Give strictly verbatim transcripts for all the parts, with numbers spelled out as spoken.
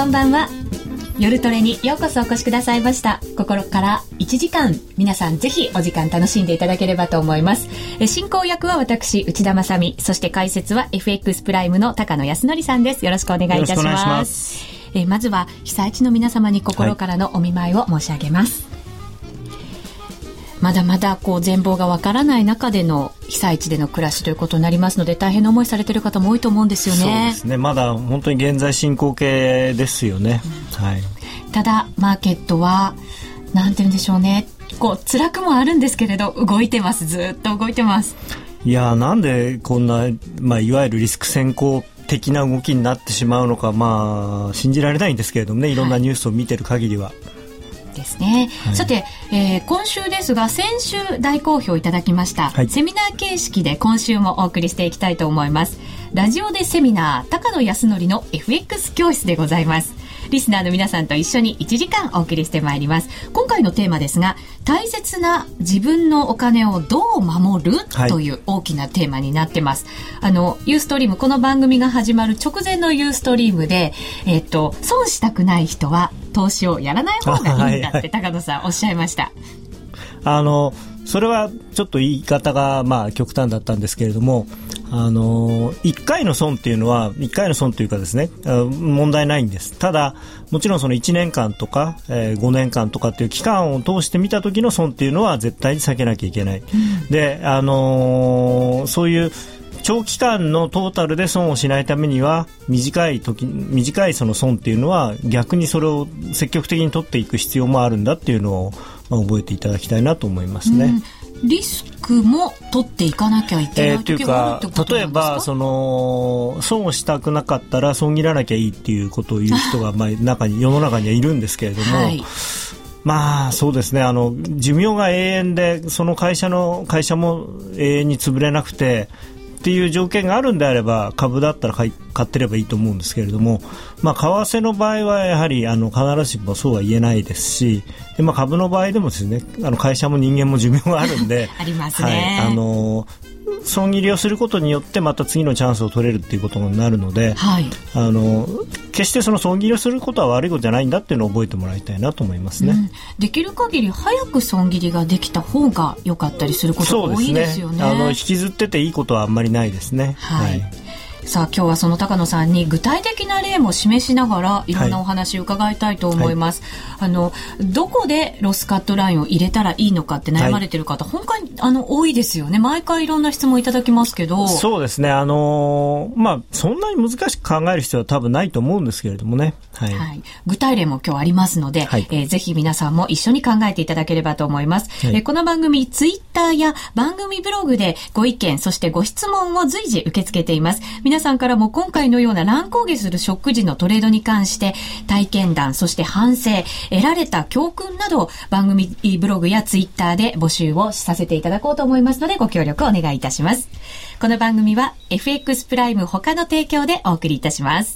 こんばんは。夜トレにようこそお越しくださいました。心からいちじかん皆さんぜひお時間楽しんでいただければと思います。え進行役は私内田まさみ、そして解説は エフエックス プライムの高野康則さんです。よろしくお願いいたします。よろしくお願いします。えまずは被災地の皆様に心からのお見舞いを申し上げます、はい。まだまだこう全貌がわからない中での被災地での暮らしということになりますので、大変な思いされている方も多いと思うんですよね。 そうですね、まだ本当に現在進行形ですよね、うん、はい。 ただマーケットはなんて言うんでしょうね、こう辛くもあるんですけれど動いてます。ずっと動いてます。 いや、なんでこんな、まあ、いわゆるリスク先行的な動きになってしまうのか、まあ、信じられないんですけれどもね、いろんなニュースを見てる限りは、はいですね、はい、さて、えー、今週ですが先週大好評いただきました、はい、セミナー形式で今週もお送りしていきたいと思います。ラジオでセミナー高野康則の エフエックス 教室でございます。リスナーの皆さんと一緒にいちじかんお送りしてまいります。今回のテーマですが、大切な自分のお金をどう守る、はい、という大きなテーマになってます。あのユーストリーム、この番組が始まる直前のユーストリームで、えっと、損したくない人は投資をやらない方がいいんだって高野さんおっしゃいました。 あのそれはちょっと言い方がまあ極端だったんですけれども、あのいっかいの損っていうのはいっかいの損というかですね、問題ないんです。ただもちろんそのいちねんかんとか、えー、ごねんかんとかっていう期間を通して見た時の損っていうのは絶対に避けなきゃいけない、うん、で、あのー、そういう長期間のトータルで損をしないためには短い時短いその損っていうのは逆にそれを積極的に取っていく必要もあるんだっていうのを、まあ、覚えていただきたいなと思いますね、 うん、リスクも取っていかなきゃいけない時があるってことなんですか？ 例えばその損をしたくなかったら損切らなきゃいいっていうことを言う人がまあ中に世の中にはいるんですけれども、はい、まあそうですね、あの寿命が永遠でその会社の会社も永遠に潰れなくてっていう条件があるんであれば株だったら買い買ってればいいと思うんですけれども、まあ、為替の場合はやはりあの必ずしもそうは言えないですし、で、まあ、株の場合でもですね、あの会社も人間も寿命があるんでありますね、 はい、あの損切りをすることによってまた次のチャンスを取れるっていうことになるので、はい、あの決してその損切りをすることは悪いことじゃないんだっていうのを覚えてもらいたいなと思いますね、うん、 できる限り早く損切りができた方が良かったりすることが多いですよね。 そうですね、あの引きずってていいことはあんまりないですね、 はい、はい。さあ今日はその高野さんに具体的な例も示しながらいろんなお話を伺いたいと思います、はい、あのどこでロスカットラインを入れたらいいのかって悩まれている方、はい、本当にあの多いですよね。毎回いろんな質問いただきますけど。 そうですね、あのーまあ、そんなに難しく考える必要は多分ないと思うんですけれどもね、はいはい、 具体例も今日ありますので、はい、えー、ぜひ皆さんも一緒に考えていただければと思います、はい。えー、この番組ツイッターや番組ブログでご意見そしてご質問を随時受け付けています。皆さんからも今回のような乱高下するショック時のトレードに関して体験談そして反省、得られた教訓など番組ブログやツイッターで募集をさせていただこうと思いますのでご協力お願いいたします。この番組は エフエックス プライム他の提供でお送りいたします。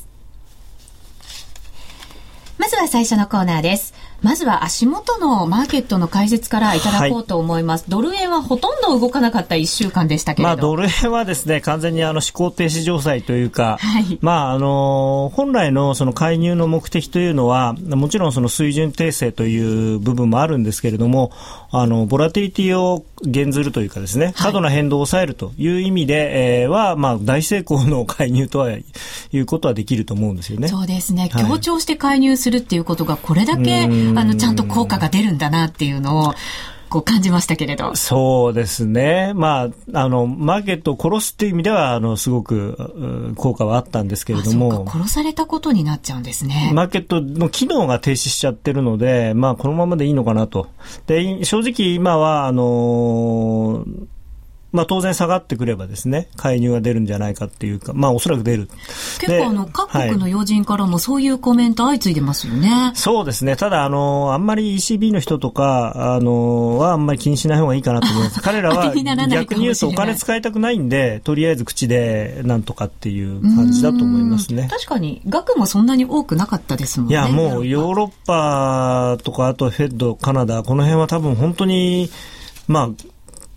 まずは最初のコーナーです。まずは足元のマーケットの解説からいただこうと思います、はい、ドル円はほとんど動かなかったいっしゅうかんでしたけれど、まあ、 ドル円はですね完全にあの思考停止状態というか、はい、まあ、あの本来のその介入の目的というのはもちろんその水準訂正という部分もあるんですけれども、あのボラティリティを減ずるというかですね、過度な変動を抑えるという意味で、はい、えー、は、まあ、大成功の介入とはいうことはできると思うんですよね。 そうですね、強調して介入するっていうことがこれだけ、はい、あのちゃんと効果が出るんだなっていうのをこう感じましたけれど。 そうですね、まあ、あのマーケットを殺すっていう意味ではあのすごく効果はあったんですけれども、 そうか、殺されたことになっちゃうんですね。 マーケットの機能が停止しちゃってるので、まあ、このままでいいのかなと。で正直今はあのーまあ、当然下がってくればですね介入が出るんじゃないかっていうか、まあ、おそらく出る。 結構あの各国の要人からもそういうコメント相次いでますよね、はい、 そうですね。ただあのあんまり イーシービー の人とかあのはあんまり気にしない方がいいかなと思います。彼らは逆に言うとお金使いたくないんでとりあえず口でなんとかっていう感じだと思いますね。 確かに額もそんなに多くなかったですもんね。 いやもうヨーロッパとかあとフェッドカナダこの辺は多分本当にまあ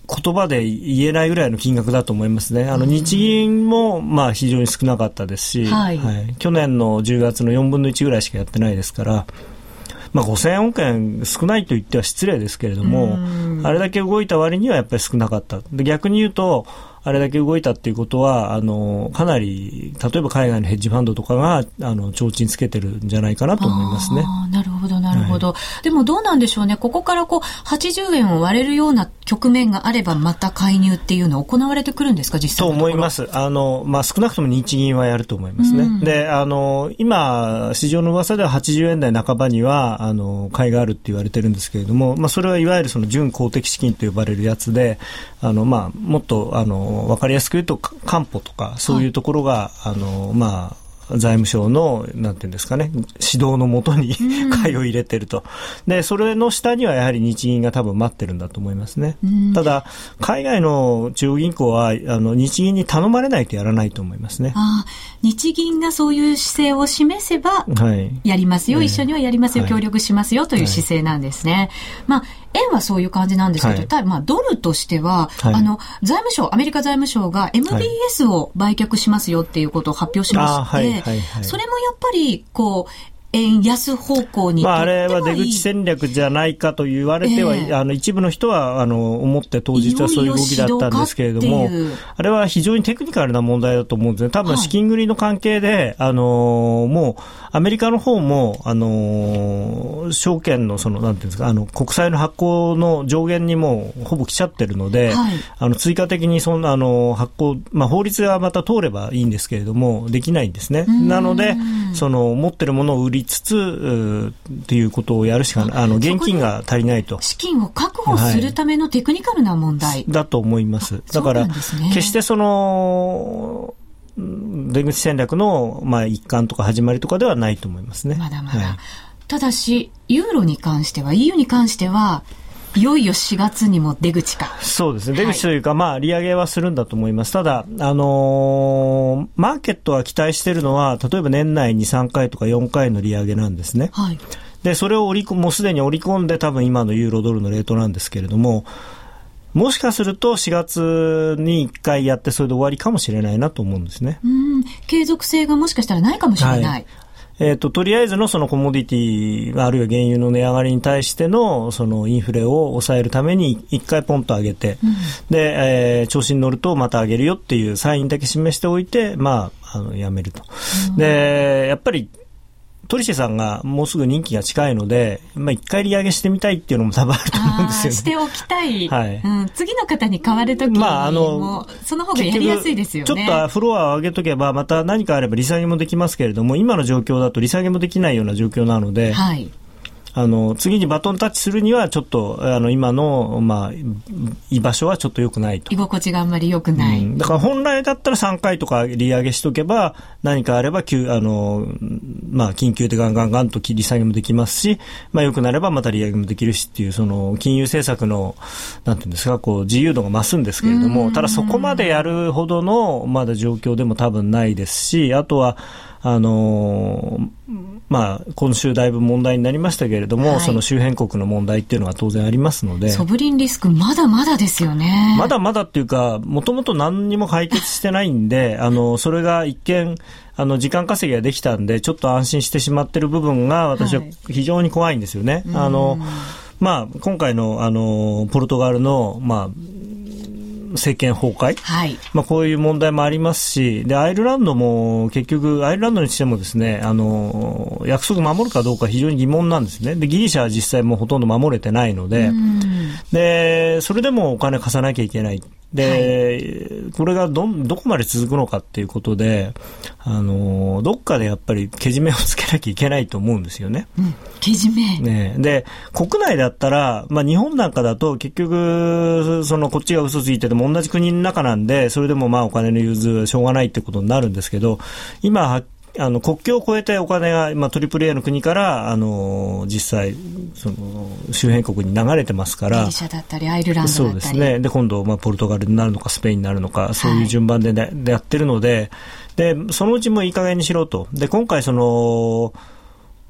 言葉で言えないぐらいの金額だと思いますね。あの日銀もまあ非常に少なかったですし、はいはい、去年のじゅうがつのよんぶんのいちぐらいしかやってないですから、まあ、ごせんおくえん少ないと言っては失礼ですけれども、あれだけ動いた割にはやっぱり少なかった。で、逆に言うとあれだけ動いたっていうことはあのかなり例えば海外のヘッジファンドとかがあの提灯つけてるんじゃないかなと思いますね。 あ、なるほどなるほど、はい、でもどうなんでしょうね。ここからこうはちじゅうえんを割れるような局面があればまた介入っていうのは行われてくるんですか、実際のところ。と思います。 あの、まあ、少なくとも日銀はやると思いますね、うん、であの今市場の噂でははちじゅうえんだいなかばにはあの買いがあるって言われてるんですけれども、まあ、それはいわゆるその準公的資金と呼ばれるやつで、あの、まあ、もっとあの分かりやすく言うと担保とかそういうところが、はい、あのまあ財務省のなんていうんですかね、指導のもとに買いを入れてると。でそれの下にはやはり日銀が多分待ってるんだと思いますね。ただ海外の中央銀行はあの日銀に頼まれないとやらないと思いますね。 あ、日銀がそういう姿勢を示せばやりますよ、はい、一緒にはやりますよ、はい、協力しますよという姿勢なんですね、はい、まあ円はそういう感じなんですけど、はい、ただまあドルとしては、はい、あの財務省アメリカ財務省が エムビーエス を売却しますよっていうことを発表しまして、はいはいはいはい、それもやっぱりこう円安方向にとってはいい、まあ、あれは出口戦略じゃないかと言われては、えー、あの一部の人はあの思って当日はそういう動きだったんですけれども、あれは非常にテクニカルな問題だと思うんですね。多分資金繰りの関係で、はい、あのもうアメリカの方もあの証券のそのなんていうんですか、あの国債の発行の上限にもうほぼ来ちゃってるので、はい、あの追加的にそんなあの発行、まあ、法律がまた通ればいいんですけれどもできないんですね。なのでその持ってるものを売りつつということをやるしかない。あの現金が足りないと。 資金を確保するためのテクニカルな問題、 はい、だと思います。だから、ね、決してその出口戦略の、まあ、一環とか始まりとかではないと思いますね。 まだまだ、はい、ただしユーロに関しては イーユー に関してはいよいよしがつにも出口か。 そうですね、出口というか、はい、まあ利上げはするんだと思います。ただ、あのー、マーケットが期待しているのは例えば年内にさんかいとかよんかいの利上げなんですね、はい、でそれを織りもうすでに織り込んで多分今のユーロドルのレートなんですけれども、もしかするとしがつにいっかいやってそれで終わりかもしれないなと思うんですね。 うん、継続性がもしかしたらないかもしれない、はい、 えーと、とりあえずのそのコモディティあるいは原油の値上がりに対してのそのインフレを抑えるために一回ポンと上げて、うん、で、えー、調子に乗るとまた上げるよっていうサインだけ示しておいて、まあ、あのやめると、うん、でやっぱりトリシェさんがもうすぐ任期が近いので、まあ、一回利上げしてみたいっていうのも多分あると思うんですよね。 しておきたい、はいうん、次の方に変わるときも、まあ、あのその方がやりやすいですよね。 ちょっとフロアを上げとけばまた何かあれば利下げもできますけれども、今の状況だと利下げもできないような状況なので、はいあの次にバトンタッチするにはちょっとあの今の、まあ、居場所はちょっと良くないと。 居心地があんまり良くない、うん、 だから本来だったらさんかいとか利上げしとけば何かあれば急あの、まあ、緊急でガンガンガンと利下げもできますし、まあ、良くなればまた利上げもできるしっていうその金融政策のなんていうんですかこう自由度が増すんですけれども、ただそこまでやるほどのまだ状況でも多分ないですし、あとはあのまあ、今週だいぶ問題になりましたけれども、はい、その周辺国の問題っていうのは当然ありますので、 ソブリンリスクまだまだですよね。 まだまだっていうかもともと何にも解決してないんであのそれが一見あの時間稼ぎができたんでちょっと安心してしまっている部分が私は非常に怖いんですよね、はい、あのまあ、今回の、あのポルトガルの、まあ政権崩壊、はいまあ、こういう問題もありますし、でアイルランドも結局アイルランドにしてもですねあの約束守るかどうか非常に疑問なんですね。でギリシャは実際もうほとんど守れてないので、でそれでもお金貸さなきゃいけないで、はい、これが ど, どこまで続くのかっていうことであのどっかでやっぱりけじめをつけなきゃいけないと思うんですよね、 うん、けじめ、 ね、で国内だったら、まあ、日本なんかだと結局そのこっちが嘘ついてても同じ国の中なんでそれでもまあお金の融通はしょうがないってことになるんですけど、今あの国境を越えてお金が、まあ、トリプル A の国からあの実際その周辺国に流れてますから、 ギリシャだったりアイルランドだったり、 そうですね。で今度、まあ、ポルトガルになるのかスペインになるのかそういう順番で、ねはい、でやってるので、でそのうちもいい加減にしろと。で今回その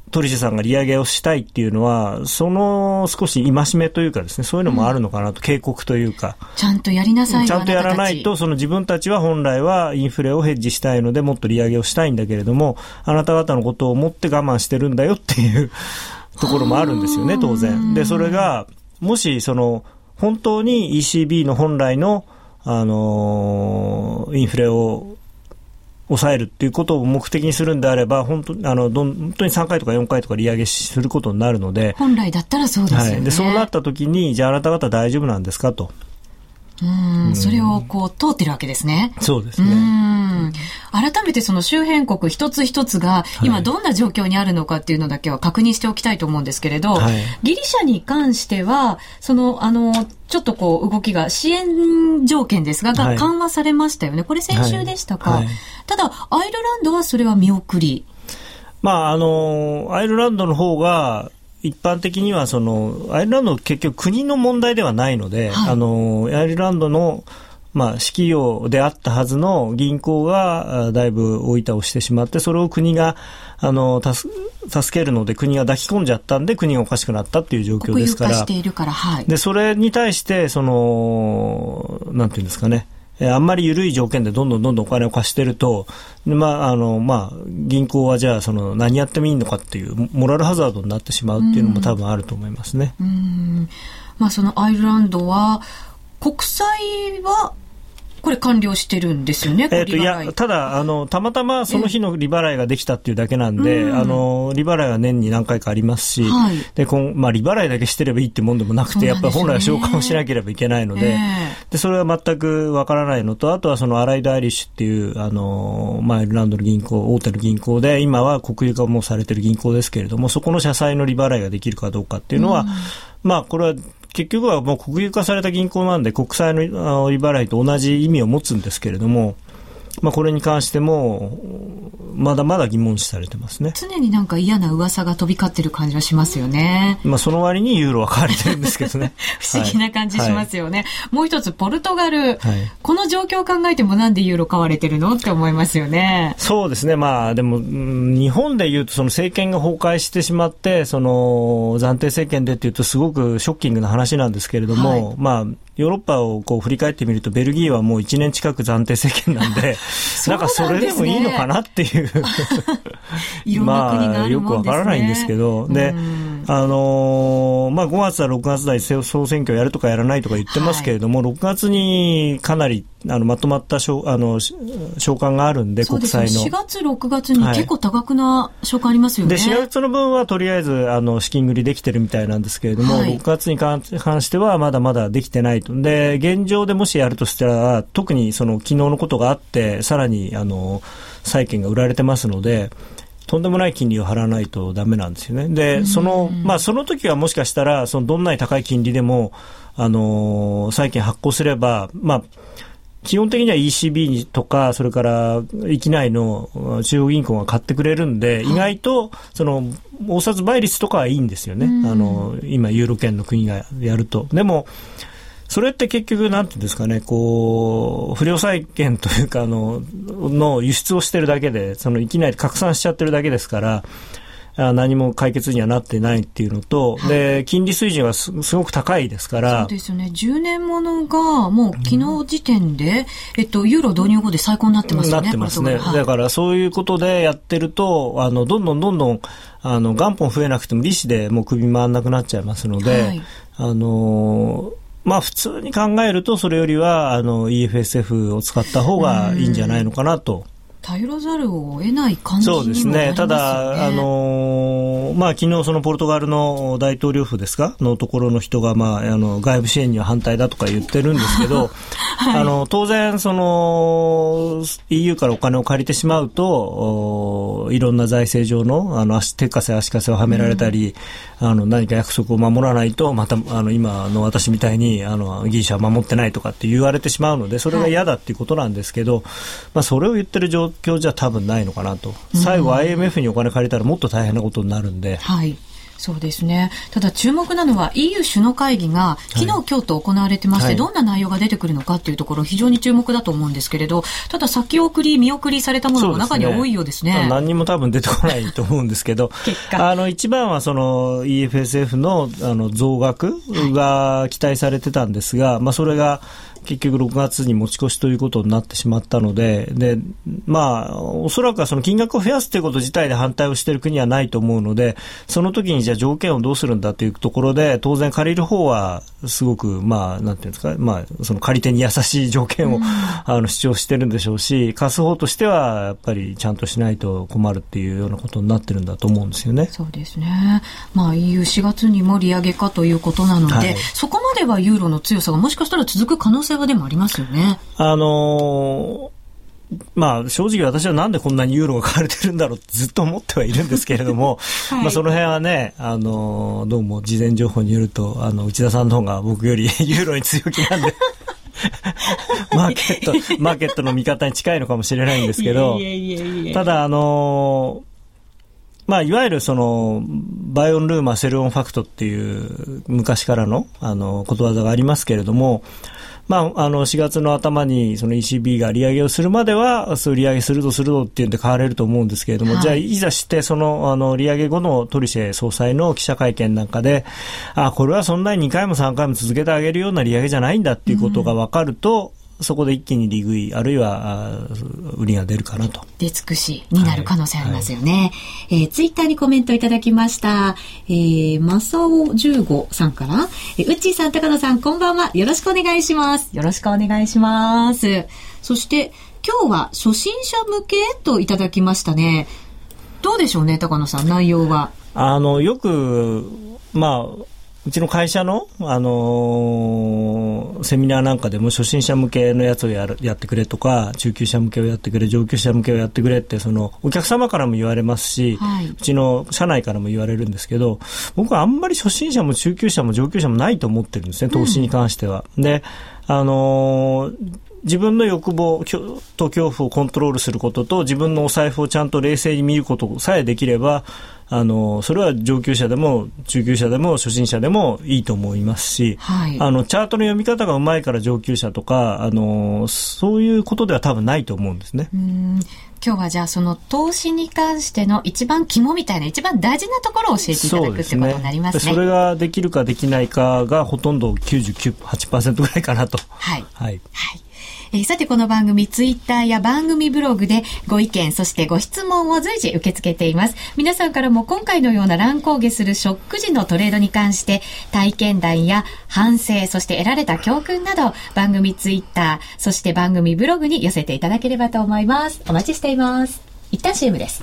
取引さんが利上げをしたいっていうのは、その少し戒めというかですね、そういうのもあるのかなと、うん、警告というか、 ちゃんとやりなさいよ、 ちゃんとやらないと、その自分たちは本来はインフレをヘッジしたいのでもっと利上げをしたいんだけれども、あなた方のことを思って我慢してるんだよっていうところもあるんですよね、当然。で、それがもしその本当に イーシービー の本来の、あのー、インフレを抑えるっていうことを目的にするんであれば、本当、あのどん本当にさんかいとかよんかいとか利上げすることになるので、 本来だったらそうですよね。はい、 でそうなった時に、じゃああなた方大丈夫なんですかと。 うん、それをこう通ってるわけですね。 そうですね。 うん改めてその周辺国一つ一つが今どんな状況にあるのかっていうのだけは確認しておきたいと思うんですけれど、はい、ギリシャに関してはそのあのちょっとこう動きが支援条件ですが、が緩和されましたよね。これ先週でしたか。はいはい、ただアイルランドはそれは見送り。 まああのアイルランドの方が一般的にはそのアイルランド結局国の問題ではないので、はい、あのアイルランドのまあ、指揮用であったはずの銀行がだいぶ追い倒してしまって、それを国があの助けるので国が抱き込んじゃったんで国がおかしくなったっていう状況ですから、 国有化しているから、はい、 でそれに対してそのなんていうんですかね、あんまり緩い条件でどんどんどんどんお金を貸してると、まああのまあ、銀行はじゃあその何やってもいいのかっていうモラルハザードになってしまうっていうのも多分あると思いますね。 うん、まあ、そのアイルランドは国債はこれ完了してるんですよね。 えー、といやただあのたまたまその日の利払いができたっていうだけなんで、うん、あの利払いは年に何回かありますし、はい、でこんまあ、利払いだけしてればいいってもんでもなくて、やっぱり本来は償還をしなければいけないので、えー、でそれは全くわからないのと、あとはそのアライド・アイリッシュっていうあの、まあ、アイルランドの銀行、大手の銀行で今は国有化もされている銀行ですけれども、そこの社債の利払いができるかどうかっていうのは、うん、まあこれは結局はもう国有化された銀行なんで国債の利払いと同じ意味を持つんですけれども、まあ、これに関してもまだまだ疑問視されてますね。 常になんか嫌な噂が飛び交ってる感じはしますよね。 まあ、その割にユーロは買われてるんですけどね不思議な感じしますよね。はい、もう一つポルトガル、はい、この状況を考えてもなんでユーロ買われてるのって思いますよね。 そうですね。まあでも、うん、日本でいうとその政権が崩壊してしまってその暫定政権でっていうとすごくショッキングな話なんですけれども、はい、まあヨーロッパをこう振り返ってみるとベルギーはもういちねん近く暫定政権なんでなんかそれでもいいのかなっていういろんな国があるもんですね。まあ、よくわからないんですけど、で、あのーまあ、ごがつはろくがつ台総選挙をやるとかやらないとか言ってますけれども、はい、ろくがつにかなりあのまとまった償あの償還があるんで、国債のしがつろくがつに結構多額な償還ありますよね。 でしがつの分はとりあえずあの資金繰りできてるみたいなんですけれども、はい、ろくがつに関してはまだまだできてないと。で現状でもしやるとしたら特にその昨日のことがあってさらにあの債券が売られてますのでとんでもない金利を払わないとダメなんですよね。でその、まあ、その時はもしかしたらそのどんなに高い金利でもあの債券発行すれば、まあ基本的には イーシービー とかそれから域内の中央銀行が買ってくれるんで、意外とその応札倍率とかはいいんですよね。あの今ユーロ圏の国がやると。でもそれって結局なんていうんですかね、こう不良債権というかあのの輸出をしてるだけで、その域内で拡散しちゃってるだけですから。何も解決にはなってないっていうのと、はい、で金利水準は す, すごく高いですから。 そうですよね。じゅうねんものがもう昨日時点で、うんえっと、ユーロ導入後で最高になってますよね。 なってますね。はい、だからそういうことでやってるとあのどんどんどんどんあの元本増えなくても利子でもう首回らなくなっちゃいますので、はい、あのまあ、普通に考えるとそれよりはあの イーエフエスエフ を使った方がいいんじゃないのかなと。 頼らざるを得ない感じにもなりますよね。 そうですね。ただ、あのー、まあ、昨日そのポルトガルの大統領府ですかのところの人が、まあ、あの外部支援には反対だとか言ってるんですけど、はい、あの当然その イーユー からお金を借りてしまうといろんな財政上の、あの足手かせ足かせをはめられたり、うん、あの何か約束を守らないとまたあの今の私みたいにあのギリシャは守ってないとかって言われてしまうので、それが嫌だっていうことなんですけど、はいまあ、それを言ってる状況今日じゃ多分ないのかなと。最後 アイエムエフ にお金借りたらもっと大変なことになるんで、 はい、 そうですね。ただ注目なのは イーユー 首脳会議が昨日、はい、今日と行われてまして、はい、どんな内容が出てくるのかっていうところ非常に注目だと思うんですけれど、ただ先送り見送りされたものも中には多いようですね。 そうですね。何にも多分出てこないと思うんですけどあの一番はその イーエフエスエフ の, あの増額が期待されてたんですが、はい、まあ、それが結局ろくがつに持ち越しということになってしまったので、で、まあ、おそらくはその金額を増やすということ自体で反対をしている国はないと思うので、その時にじゃあ条件をどうするんだというところで、当然借りる方はすごく、まあ、なんていうんですか、まあ、その借り手に優しい条件を、うん、あの主張してるんでしょうし、貸す方としてはやっぱりちゃんとしないと困るっていうようなことになってるんだと思うんですよね。 そうですね。まあ、イーユーしがつにも利上げかということなので、はい、そこまではユーロの強さがもしかしたら続く可能性でもありますよね。 あのー、まあ正直私はなんでこんなにユーロが買われてるんだろうってずっと思ってはいるんですけれども、はい、まあその辺はね、あのー、どうも事前情報によると、あの内田さんの方が僕よりユーロに強気なんでマーケットマーケットの見方に近いのかもしれないんですけど、いやいやいやいや、ただあのーまあ、いわゆるそのバイオンルーマーセルオンファクトっていう昔からのあのことわざがありますけれども、まあ、あのしがつの頭にその イーシービー が利上げをするまではそう利上げするぞするぞっていうんで買われると思うんですけれども、はい、じゃあいざしてそのあの利上げ後のトリシェ総裁の記者会見なんかで、あ、これはそんなににかいもさんかいも続けてあげるような利上げじゃないんだっていうことが分かると、うん、そこで一気に利食いあるいは売りが出るかなと。 出尽くしになる可能性ありますよね。はいはい、えー、ツイッターにコメントいただきました。えー、マサオじゅうごさんから、えー、ウッチーさん、高野さん、こんばんは。よろしくお願いします。よろしくお願いします。そして今日は初心者向けといただきましたね。どうでしょうね、高野さん、内容は。 あのよくまあうちの会社の、あのー、セミナーなんかでも初心者向けのやつをやる、やってくれとか、中級者向けをやってくれ、上級者向けをやってくれって、そのお客様からも言われますし、はい、うちの社内からも言われるんですけど、僕はあんまり初心者も中級者も上級者もないと思ってるんですね、投資に関しては。うん、で、あのー自分の欲望と恐怖をコントロールすることと自分のお財布をちゃんと冷静に見ることさえできれば、あのそれは上級者でも中級者でも初心者でもいいと思いますし、はい、あのチャートの読み方がうまいから上級者とか、あのそういうことでは多分ないと思うんですね。 うーん、今日はじゃあその投資に関しての一番肝みたいな一番大事なところを教えていただくってことになりますね。 それができるかできないかがほとんど きゅうじゅうきゅう、はちパーセント ぐらいかなと。 はい、はいはい。えー、さてこの番組ツイッターや番組ブログでご意見そしてご質問を随時受け付けています。皆さんからも今回のような乱高下するショック時のトレードに関して体験談や反省そして得られた教訓など番組ツイッターそして番組ブログに寄せていただければと思います。お待ちしています。一旦 シーエム です。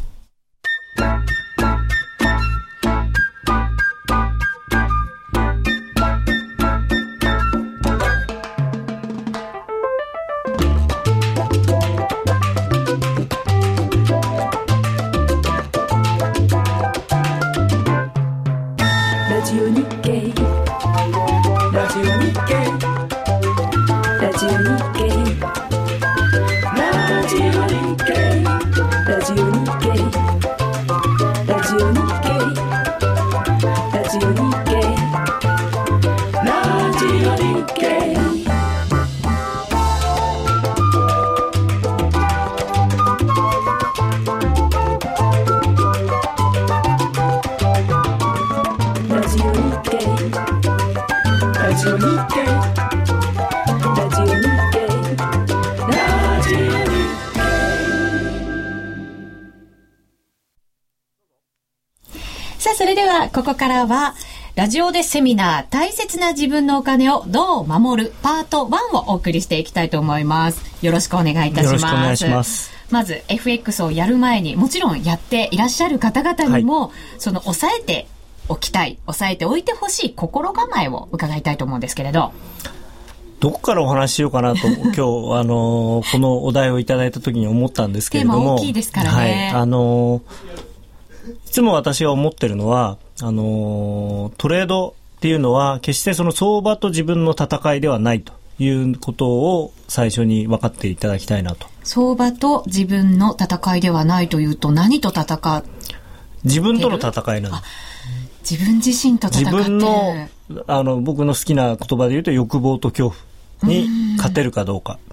それではここからはラジオでセミナー大切な自分のお金をどう守るパートワンをお送りしていきたいと思います。よろしくお願いいたします。よろしくお願いします。まず エフエックス をやる前にもちろんやっていらっしゃる方々にも、はい、その抑えておきたい抑えておいてほしい心構えを伺いたいと思うんですけれど、 どこからお話ししようかなと今日あのこのお題をいただいた時に思ったんですけれども、 テーマ大きいですからね。 はい、あのいつも私が思ってるのはあのトレードっていうのは決してその相場と自分の戦いではないということを最初に分かっていただきたいなと。 相場と自分の戦いではないというと何と戦う？ 自分との戦いなんです。 自分自身と戦ってる。 自分の、あの、僕の好きな言葉で言うと欲望と恐怖に勝てるかどうか。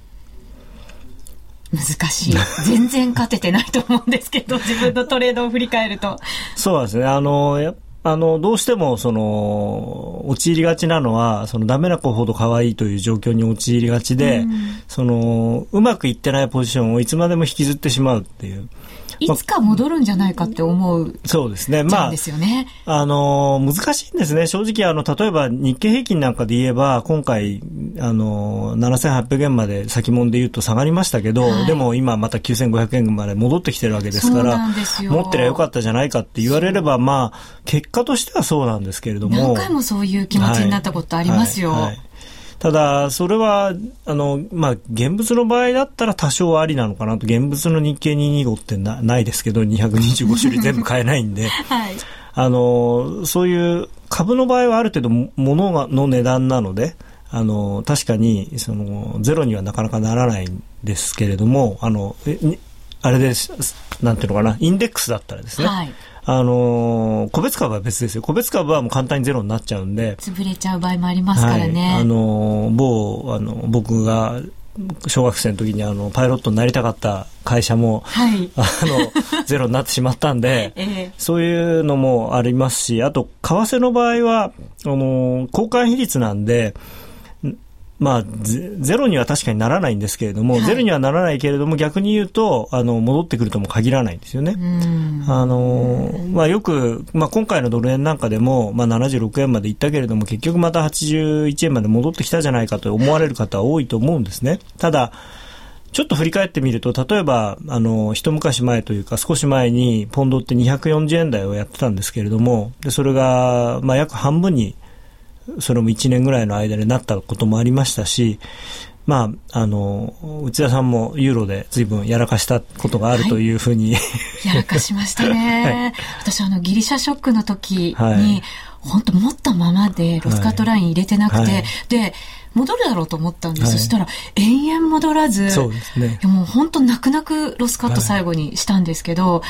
難しい。全然勝ててないと思うんですけど、自分のトレードを振り返ると。 そうですね。あの、やあの、どうしても、その、陥りがちなのは、その、ダメな子ほど可愛いという状況に陥りがちで、うん、その、うまくいってないポジションをいつまでも引きずってしまうっていう。 いつか戻るんじゃないかって思う。 そうですね。まあ、 ですよね。 あの、難しいんですね。正直、あの、例えば日経平均なんかで言えば、今回、あの、ななせんはっぴゃくえんまで先物で言うと下がりましたけど、はい、でも今またきゅうせんごひゃくえんまで戻ってきてるわけですから、持ってりゃよかったじゃないかって言われれば、まあ、結果としてはそうなんですけれども。 何回もそういう気持ちになったことありますよ。はいはいはい、 ただ、それは、あの、まあ、現物の場合だったら多少ありなのかなと。現物の日経にひゃくにじゅうごってな、ないですけど、にひゃくにじゅうご種類全部買えないんで。はい。あの、そういう株の場合はある程度物の値段なので、あの、確かに、その、ゼロにはなかなかならないんですけれども、あの、えあれです、なんていうのかな、インデックスだったらですね。はい。あのー、個別株は別ですよ。個別株はもう簡単にゼロになっちゃうんで。 潰れちゃう場合もありますからね。 はい、あのー、某、あの、僕が小学生の時にあの、パイロットになりたかった会社も、はい、あの、ゼロになってしまったんで、ええ、そういうのもありますし、あと、為替の場合は、あのー、交換比率なんで、まあ、ゼロには確かにならないんですけれども、はい、ゼロにはならないけれども、逆に言うと、あの、戻ってくるとも限らないんですよね。あの、まあ、よく、まあ、今回のドル円なんかでも、まあ、ななじゅうろくえんまでいったけれども、結局またはちじゅういちえんまで戻ってきたじゃないかと思われる方は多いと思うんですね。ただ、ちょっと振り返ってみると、例えば、あの、一昔前というか、少し前に、ポンドってにひゃくよんじゅうえん台をやってたんですけれども、で、それが、まあ、約半分に、それもいちねんぐらいの間でなったこともありましたし、まあ、あの、内田さんもユーロで随分やらかしたことがあるというふうに、はい、 やらかしましたね。はい、私、あの、ギリシャショックの時に、はい、本当持ったままでロスカットライン入れてなくて、はい、で、戻るだろうと思ったんです。はい、そしたら、延々戻らず、 そうですね。 もう本当泣く泣くロスカット最後にしたんですけど、はい、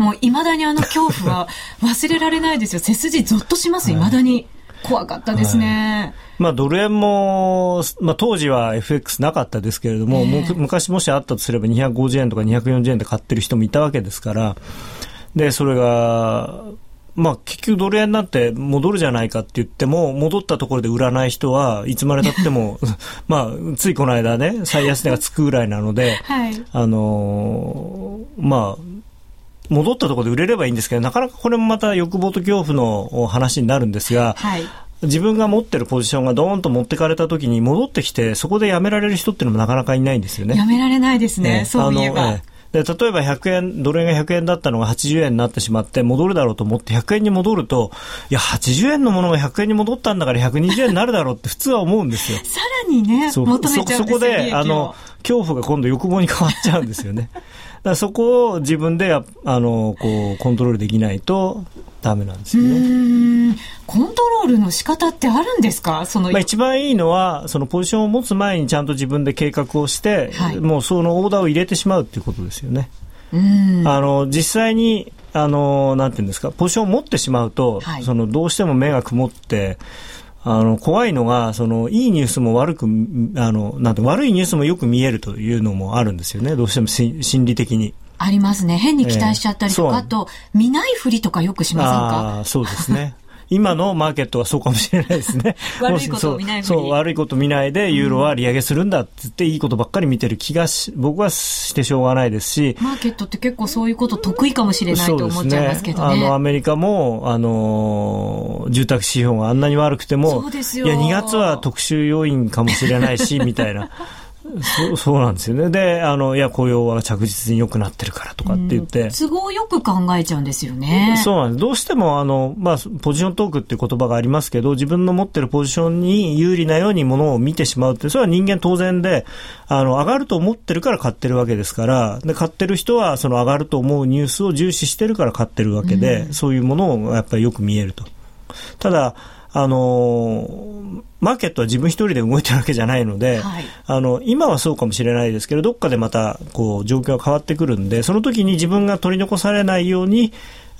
もう未だにあの恐怖は忘れられないですよ。背筋ゾッとします、はい、未だに。怖かったですね。 はい、まあ、ドル円も、まあ、当時は エフエックス なかったですけれども、えー、昔もしあったとすればにひゃくごじゅうえんとかにひゃくよんじゅうえんで買ってる人もいたわけですから、で、それが、まあ、結局ドル円になって戻るじゃないかって言っても、戻ったところで売らない人はいつまで経っても、まあ、ついこの間ね、最安値がつくぐらいなので、はい、あのー、まあ、戻ったところで売れればいいんですけど、なかなかこれもまた欲望と恐怖の話になるんですが、はい、自分が持ってるポジションがドーンと持ってかれた時に戻ってきて、そこでやめられる人っていうのもなかなかいないんですよね。 やめられないですね、えー、そういえば。 で、例えばひゃくえん、ドル円がひゃくえんだったのがはちじゅうえんになってしまって戻るだろうと思ってひゃくえんに戻ると、いや、はちじゅうえんのものがひゃくえんに戻ったんだからひゃくにじゅうえんになるだろうって普通は思うんですよ。 さらにね、求めちゃうんですよ。 そこで、あの、恐怖が今度欲望に変わっちゃうんですよね。だからそこを自分であのこうコントロールできないとダメなんですよね。うーん、コントロールの仕方ってあるんですか？その、 まあ、一番いいのはそのポジションを持つ前にちゃんと自分で計画をして、はい、もうそのオーダーを入れてしまうっていうことですよね。うーん、あの実際にあのなんていうんですか、ポジションを持ってしまうと、はい、そのどうしても目が曇ってあの怖いのがそのいいニュースも悪くあのなんて悪いニュースもよく見えるというのもあるんですよね。どうしても心理的にありますね。変に期待しちゃったりとか、えー、あと見ないふりとかよくしませんか？ あ、そうですね。今のマーケットはそうかもしれないですね。 悪いことを見ないふり。 そう、悪いこと見ないでユーロは利上げするんだって言っていいことばっかり見てる気がし、僕はしてしょうがないですし。 マーケットって結構そういうこと得意かもしれないと思っちゃいますけどね。 そうですね。あのアメリカもあの住宅指標があんなに悪くても、 そうですよ。 いやにがつは特殊要因かもしれないしみたいな。そう、そうなんですよね。で、あの、いや、雇用は着実に良くなってるからとかって言って。 都合よく考えちゃうんですよね。 そうなんです。どうしても、あの、まあ、ポジショントークっていう言葉がありますけど、自分の持ってるポジションに有利なようにものを見てしまうって、それは人間当然で、あの、上がると思ってるから買ってるわけですから、で、買ってる人は、その上がると思うニュースを重視してるから買ってるわけで、うん、そういうものをやっぱりよく見えると。ただ、あのー、マーケットは自分一人で動いてるわけじゃないので、はい、あの今はそうかもしれないですけど、どっかでまたこう状況が変わってくるんで、その時に自分が取り残されないように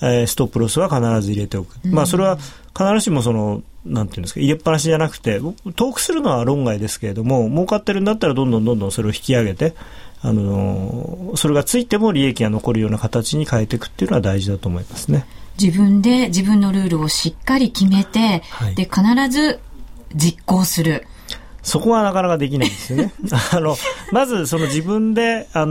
えー、ストップロスは必ず入れておく、まあ、それは必ずしもそのなんていうんですか、入れっぱなしじゃなくて、トークするのは論外ですけれども、儲かってるんだったらどんどんどんどんそれを引き上げて、あのそれがついても利益が残るような形に変えていくっていうのは大事だと思いますね。 自分で自分のルールをしっかり決めて、はい、で必ず実行する。 そこはなかなかできないんですよね。あのまずその自分であ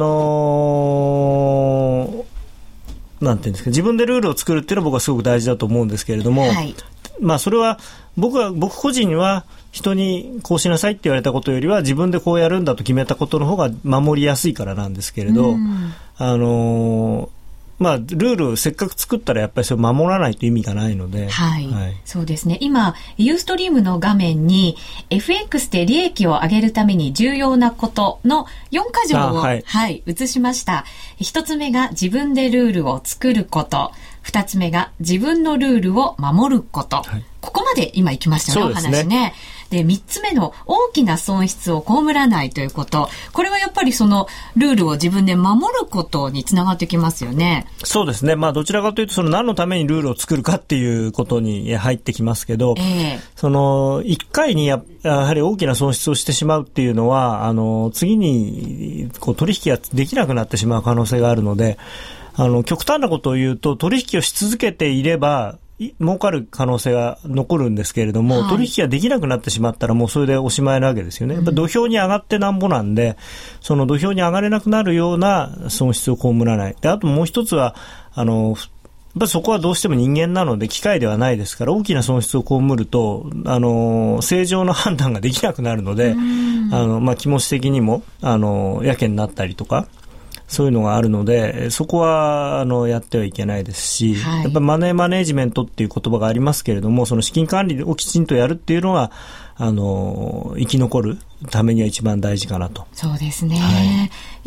のー、なんていうんですか、自分でルールを作るっていうのは僕はすごく大事だと思うんですけれども、はい、まあそれは僕は僕個人は人にこうしなさいって言われたことよりは自分でこうやるんだと決めたことの方が守りやすいからなんですけれど、あのーまあ、ルールをせっかく作ったらやっぱりそれ守らないと意味がないので、 はいはい、そうですね。今ユーストリームの画面に エフエックス で利益を上げるために重要なことのよんかじょうを、はいはい、映しました。ひとつめが自分でルールを作ること、ふたつめが自分のルールを守ること、はい、ここまで今行きましたね、お話ね。で、みっつめの大きな損失を被らないということ。これはやっぱりそのルールを自分で守ることにつながってきますよね。 そうですね。まあどちらかというとその何のためにルールを作るかっていうことに入ってきますけど、えー、そのいっかいに や, やはり大きな損失をしてしまうっていうのは、あの次にこう取引ができなくなってしまう可能性があるので、あの極端なことを言うと取引をし続けていれば儲かる可能性が残るんですけれども、はい、取引ができなくなってしまったらもうそれでおしまいなわけですよね。やっぱ土俵に上がってなんぼなんで、その土俵に上がれなくなるような損失を被らない。で、あともう一つはあのやっぱりそこはどうしても人間なので機械ではないですから、大きな損失を被るとあの正常な判断ができなくなるので、あの、まあ、気持ち的にもあのやけになったりとかそういうのがあるので、そこはあのやってはいけないですし、はい、やっぱりマネーマネジメントっていう言葉がありますけれども、その資金管理をきちんとやるっていうのはあの生き残るためには一番大事かなと。 そうですね、はい、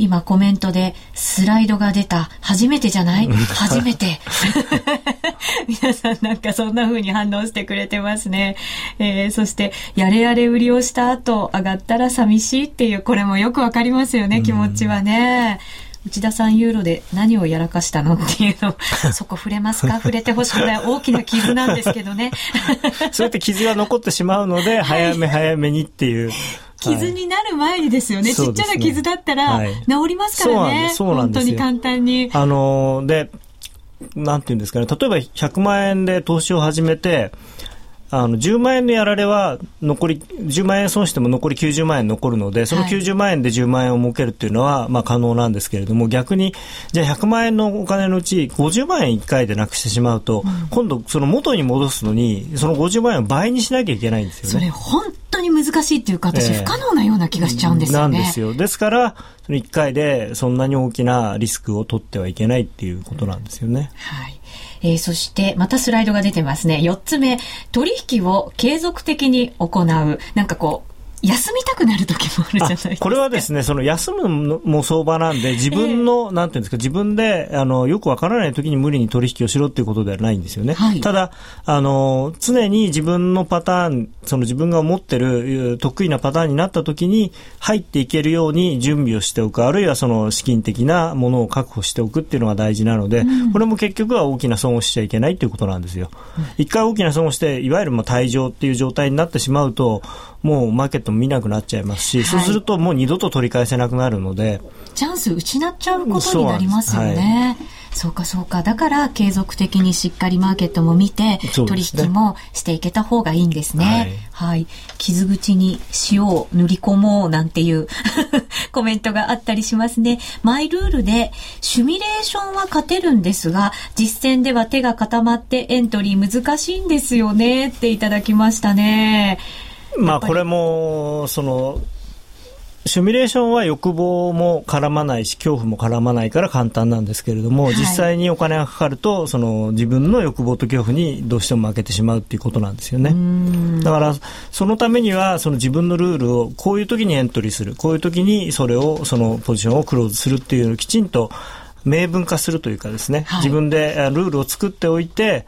今コメントでスライドが出た、初めてじゃない初めて皆さんなんかそんな風に反応してくれてますね、えー、そしてやれやれ売りをした後上がったら寂しいっていう、これもよくわかりますよね、気持ちはね。内田さんユーロで何をやらかしたのっていうのそこ触れますか？触れてほしくない大きな傷なんですけどねそうやって傷が残ってしまうので、はい、早め早めにっていう傷になる前にですよね、はい、ちっちゃな傷だったら治りますからね、はい、 そうなんです、そうなんですよ。 本当に簡単にあのでなんていうんですかね、例えばひゃくまんえんで投資を始めて、あのじゅうまんえんのやられは残りじゅうまんえん損しても残りきゅうじゅうまんえん残るので、そのきゅうじゅうまんえんでじゅうまんえんを儲けるっていうのはまあ可能なんですけれども、逆にじゃあひゃくまんえんのお金のうちごじゅうまんえんいっかいでなくしてしまうと、うん、今度その元に戻すのにそのごじゅうまんえんを倍にしなきゃいけないんですよね。 それ本当に難しいっていうか、私不可能なような気がしちゃうんですよね、 えー、なんですよ。ですからそのいっかいでそんなに大きなリスクを取ってはいけないっていうことなんですよね、 はい。えー、そしてまたスライドが出てますね。よっつめ、取引を継続的に行う。なんかこう休みたくなる時もあるじゃないですか。 これはですね、その休むのも相場なんで、自分の、えー、なんていうんですか、自分であのよくわからない時に無理に取引をしろっていうことではないんですよね、はい、ただあの常に自分のパターン、その自分が思ってる得意なパターンになった時に入っていけるように準備をしておく、あるいはその資金的なものを確保しておくっていうのが大事なので、うん、これも結局は大きな損をしちゃいけないっていうことなんですよ、うん、一回大きな損をしていわゆるまあ退場っていう状態になってしまうと、もうマーケットも見なくなっちゃいますし、はい、そうするともう二度と取り返せなくなるので、 チャンス失っちゃうことになりますよね。そうかそうか。だから継続的にしっかりマーケットも見て、ね、取引もしていけた方がいいんですね。はい、はい。傷口に塩を塗り込もうなんていうコメントがあったりしますね。マイルールでシミュレーションは勝てるんですが、実践では手が固まってエントリー難しいんですよねっていただきましたね。 まあ、これもそのシミュレーションは欲望も絡まないし恐怖も絡まないから簡単なんですけれども、はい、実際にお金がかかるとその自分の欲望と恐怖にどうしても負けてしまうっていうことなんですよね。だからそのためにはその自分のルールをこういう時にエントリーする、こういう時にそれをそのポジションをクローズするっていうのをきちんと明文化するというかですね、はい、自分でルールを作っておいて、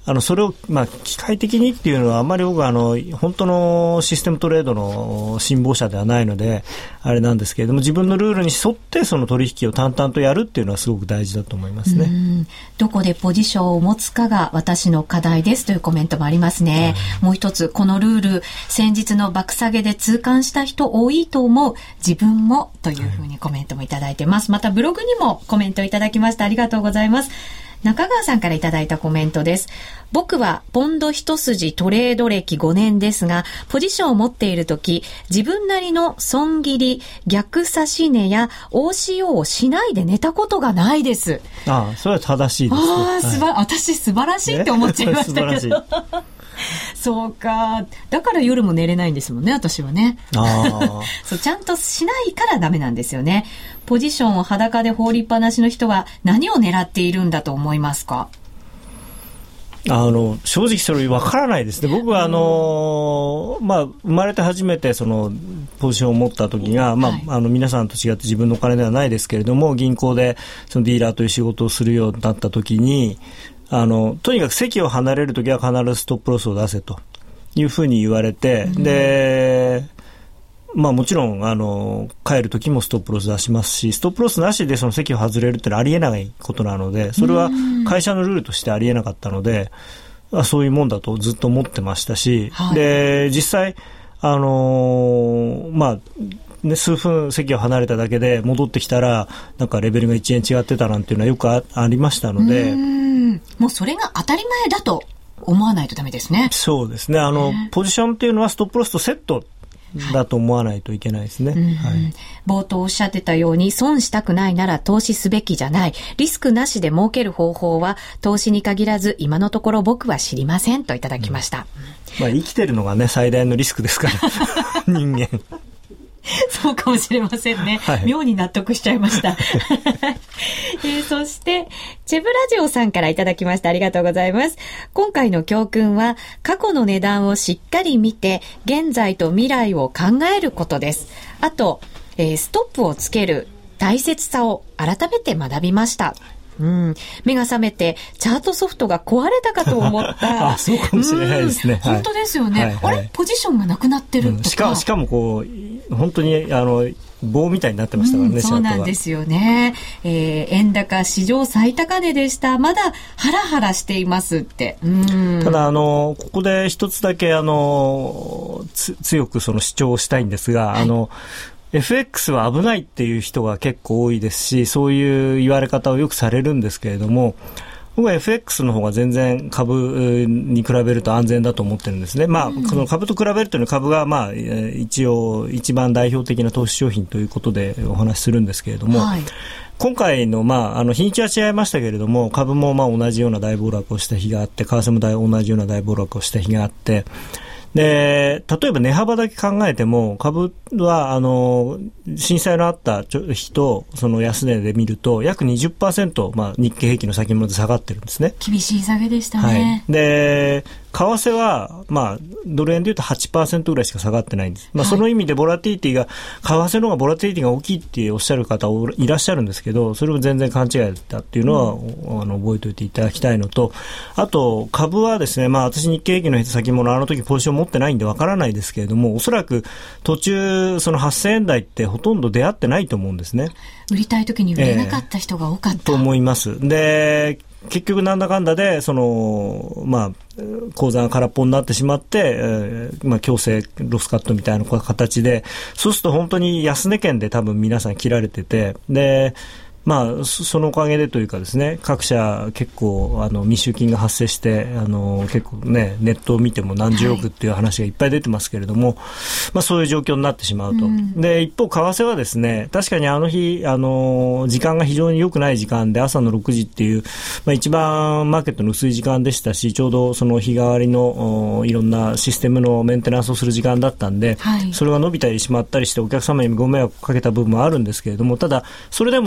あのそれを、まあ、機械的にっていうのはあんまり僕はあの本当のシステムトレードの辛抱者ではないのであれなんですけれども、自分のルールに沿ってその取引を淡々とやるっていうのはすごく大事だと思いますね。 うん、どこでポジションを持つかが私の課題ですというコメントもありますね。うん、もう一つ、このルール先日の爆下げで痛感した人多いと思う、自分もというふうにコメントもいただいてます。またブログにもコメントいただきました。ありがとうございます。中川さんからいただいたコメントです。僕はポンド一筋トレード歴ごねんですが、ポジションを持っているとき、自分なりの損切り、逆差し値や オーシーオー をしないで寝たことがないです。 ああ、それは正しいですね。 ああ、すば、はい、私素晴らしいって思っちゃいましたけど。そうか。だから夜も寝れないんですもんね、私はね。あそう、ちゃんとしないからダメなんですよね。ポジションを裸で放りっぱなしの人は何を狙っているんだと思いますか？ あの正直それ分からないですね。僕はあの、まあ、生まれて初めてそのポジションを持った時が、まあはい、あの皆さんと違って自分のお金ではないですけれども、銀行でそのディーラーという仕事をするようになった時に、あのとにかく席を離れるときは必ずストップロスを出せというふうに言われて、うん、で、まあ、もちろんあの帰るときもストップロス出しますし、ストップロスなしでその席を外れるってのはありえないことなので、それは会社のルールとしてありえなかったので、うん、そういうもんだとずっと思ってましたし、はい、で実際あのまあね、数分席を離れただけで戻ってきたらなんかレベルがいちえん違ってたなんていうのはよく あ, ありましたので、うーん、もうそれが当たり前だと思わないとダメですね。 そうですね。あの、ね、ポジションっていうのはストップロスとセットだと思わないといけないですね。はい、 冒頭おっしゃってたように、損したくないなら投資すべきじゃない、リスクなしで儲ける方法は投資に限らず今のところ僕は知りませんといただきました。うん、 まあ、生きてるのがね最大のリスクですから人間そうかもしれませんね。はい、妙に納得しちゃいました。えー、そして、チェブラジオさんからいただきました。ありがとうございます。今回の教訓は、過去の値段をしっかり見て、現在と未来を考えることです。あと、えー、ストップをつける大切さを改めて学びました。うん、目が覚めてチャートソフトが壊れたかと思ったあ、そうかもしれないですね。 うん、本当ですよね。はいはい、あれポジションがなくなってるとか、うん、 しか、しかもこう本当にあの棒みたいになってましたからね、うん、 そうなんですよね。えー、円高史上最高値でした。まだハラハラしていますって。うん、 ただあのここで一つだけあのつ強くその主張したいんですが、はい、あのエフエックス は危ないっていう人が結構多いですし、そういう言われ方をよくされるんですけれども、僕は エフエックス の方が全然株に比べると安全だと思ってるんですね。まあ、うん、この株と比べるというのは株がまあ一応一番代表的な投資商品ということでお話しするんですけれども、はい、今回の、まあ、あの日にちは違いましたけれども、株もまあ同じような大暴落をした日があって、為替も同じような大暴落をした日があって、で例えば値幅だけ考えても株はあの震災のあった日とその安値で見ると約 にじゅっパーセント、まあ、日経平均の先物で下がってるんですね。 厳しい下げでしたね。 はい、で為替は、まあ、ドル円でいうと はちパーセント ぐらいしか下がってないんです。まあ、その意味でボラティリティが、為替の方がボラティリティが大きいっておっしゃる方いらっしゃるんですけど、それも全然勘違いだっていうのは、うん、あの覚えておいていただきたいのと、あと株はですね、まあ、私日経平均の先物あの時ポジション持ってないんでわからないですけれども、おそらく途中そのはっせんえん台ってほとんど出会ってないと思うんですね。 売りたい時に売れなかった人が多かった、えー、 と思います。で結局なんだかんだでその、まあ、口座が空っぽになってしまって、えーまあ、強制ロスカットみたいな形で、そうすると本当に安値圏で多分皆さん切られてて、でまあ、そのおかげでというかですね、各社結構あの密集金が発生してあの結構ねネットを見ても何十億っていう話がいっぱい出てますけれども、はい、まあ、そういう状況になってしまうと、うん、で一方為替はですね、確かにあの日あの時間が非常に良くない時間で朝のろくじっていう、まあ、一番マーケットの薄い時間でしたし、ちょうどその日替わりのいろんなシステムのメンテナンスをする時間だったんで、はい、それが伸びたりしまったりしてお客様にご迷惑をかけた部分もあるんですけれども、ただそれでも事前に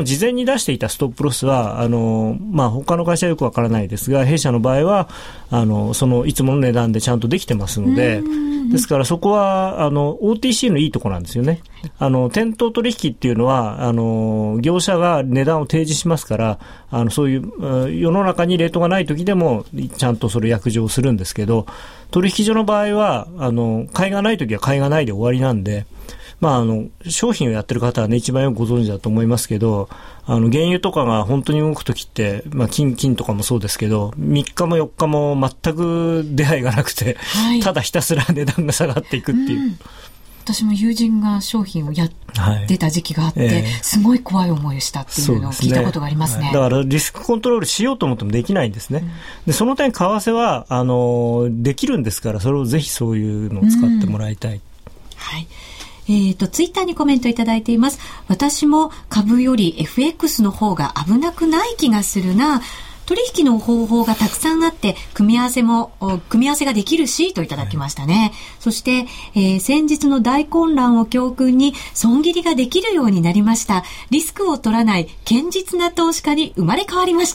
に出していたストップロスはあの、まあ、他の会社はよくわからないですが、弊社の場合はあのそのいつもの値段でちゃんとできてますので、ですからそこはあの オーティーシー のいいところなんですよね。あの店頭取引っていうのはあの業者が値段を提示しますから、あのそういう世の中にレートがない時でもちゃんとそれ約定するんですけど、取引所の場合はあの買いがない時は買いがないで終わりなんで、まあ、あの商品をやってる方は、ね、一番よくご存知だと思いますけど、あの原油とかが本当に動くときって、まあ、金金とかもそうですけど、みっかもよっかも全く出会いがなくて、はい、ただひたすら値段が下がっていくっていう、うん、 私も友人が商品をやってた時期があって、はい、えー、すごい怖い思いをしたっていうのを聞いたことがありますね。 だからリスクコントロールしようと思ってもできないんですね、うん、でその点為替はあのできるんですから、それをぜひそういうのを使ってもらいたい、うん、 はい。えーと、ツイッターにコメントいただいています。私も株より エフエックス の方が危なくない気がするな。取引の方法がたくさんあって、組み合わせも、組み合わせができるし、といただきましたね。はい、そして、えー、先日の大混乱を教訓に、損切りができるようになりました。リスクを取らない堅実な投資家に生まれ変わりました。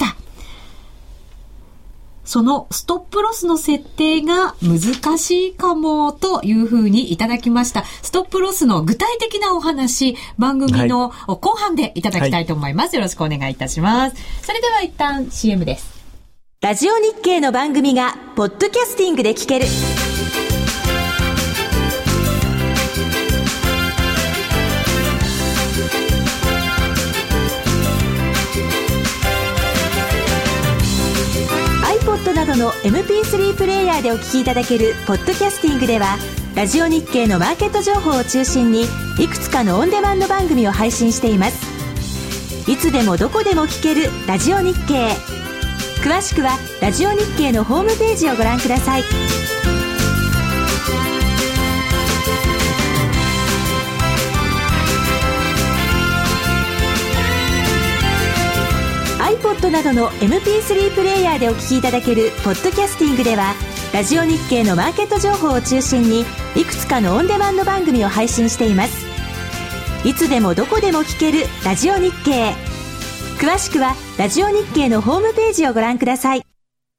そのストップロスの設定が難しいかもというふうにいただきました。ストップロスの具体的なお話、番組の後半でいただきたいと思います。はい、よろしくお願いいたします。それでは一旦 シーエム です。 ラジオ日経の番組がポッドキャスティングで聞ける。iPod などの エムピースリー プレイヤーでお聞きいただけるポッドキャスティングでは、ラジオ日経のマーケット情報を中心にいくつかのオンデマンド番組を配信しています。いつでもどこでも聞けるラジオ日経。詳しくはラジオ日経のホームページをご覧ください。iPod などの エムピースリー プレイヤーでお聞きいただけるポッドキャスティングでは、ラジオ日経のマーケット情報を中心にいくつかのオンデマンド番組を配信しています。いつでもどこでも聞けるラジオ日経。詳しくはラジオ日経のホームページをご覧ください。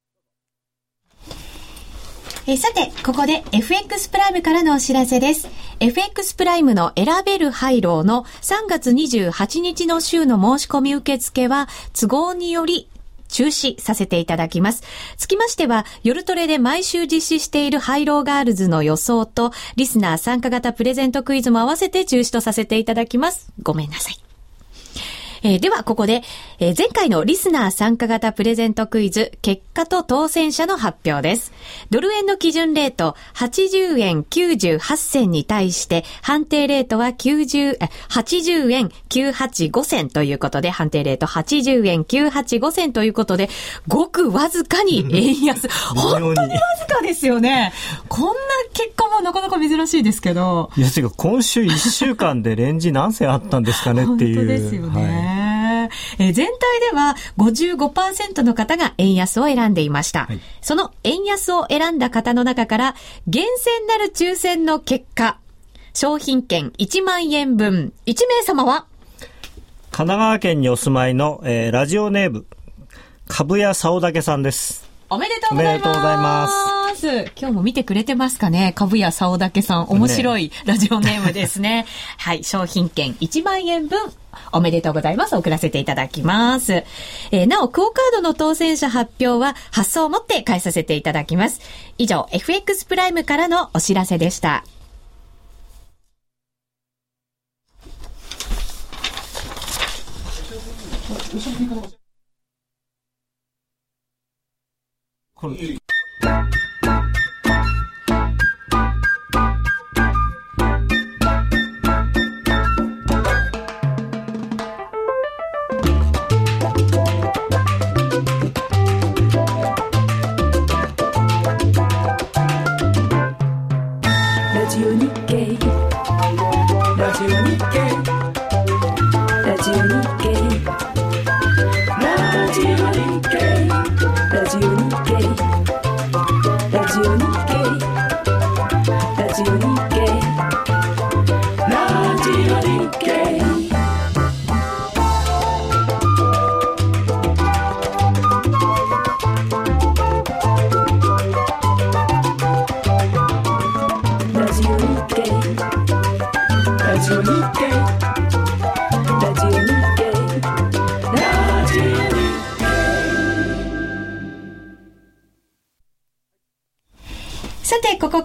えさて、ここで エフエックス プライムからのお知らせです。エフエックス プライムの選べるハイローのさんがつにじゅうはちにちの週の申し込み受付は都合により中止させていただきます。つきましては、夜トレで毎週実施しているハイローガールズの予想とリスナー参加型プレゼントクイズも合わせて中止とさせていただきます。ごめんなさい。えー、ではここで、えー、前回のリスナー参加型プレゼントクイズ結果と当選者の発表です。ドル円の基準レートはちじゅうえんきゅうじゅうはちせんに対して判定レートはきゅうじゅう、はちじゅうえんきゅうひゃくはちじゅうごせんということで、判定レートはちじゅうえんきゅうひゃくはちじゅうごせんということで、ごくわずかに円安。本当にわずかですよね。こんな結果もなかなか珍しいですけど。 いや、てか今週いっしゅうかんでレンジ何銭あったんですかねっていう。 本当ですよね。はい、えー、全体では ごじゅうごパーセント の方が円安を選んでいました、はい、その円安を選んだ方の中から厳選なる抽選の結果、商品券いちまんえんぶんいちめいさまは神奈川県にお住まいの、えー、ラジオネーム株屋さおだけさんです。 おめでとうございます。おめでとうございます。今日も見てくれてますかね。株屋さおだけさん、面白いラジオネームですね。はい、商品券いちまんえんぶんおめでとうございます。送らせていただきます。えー、なお、クオカードの当選者発表は発送をもって返させていただきます。以上、エフエックス プライムからのお知らせでした。これ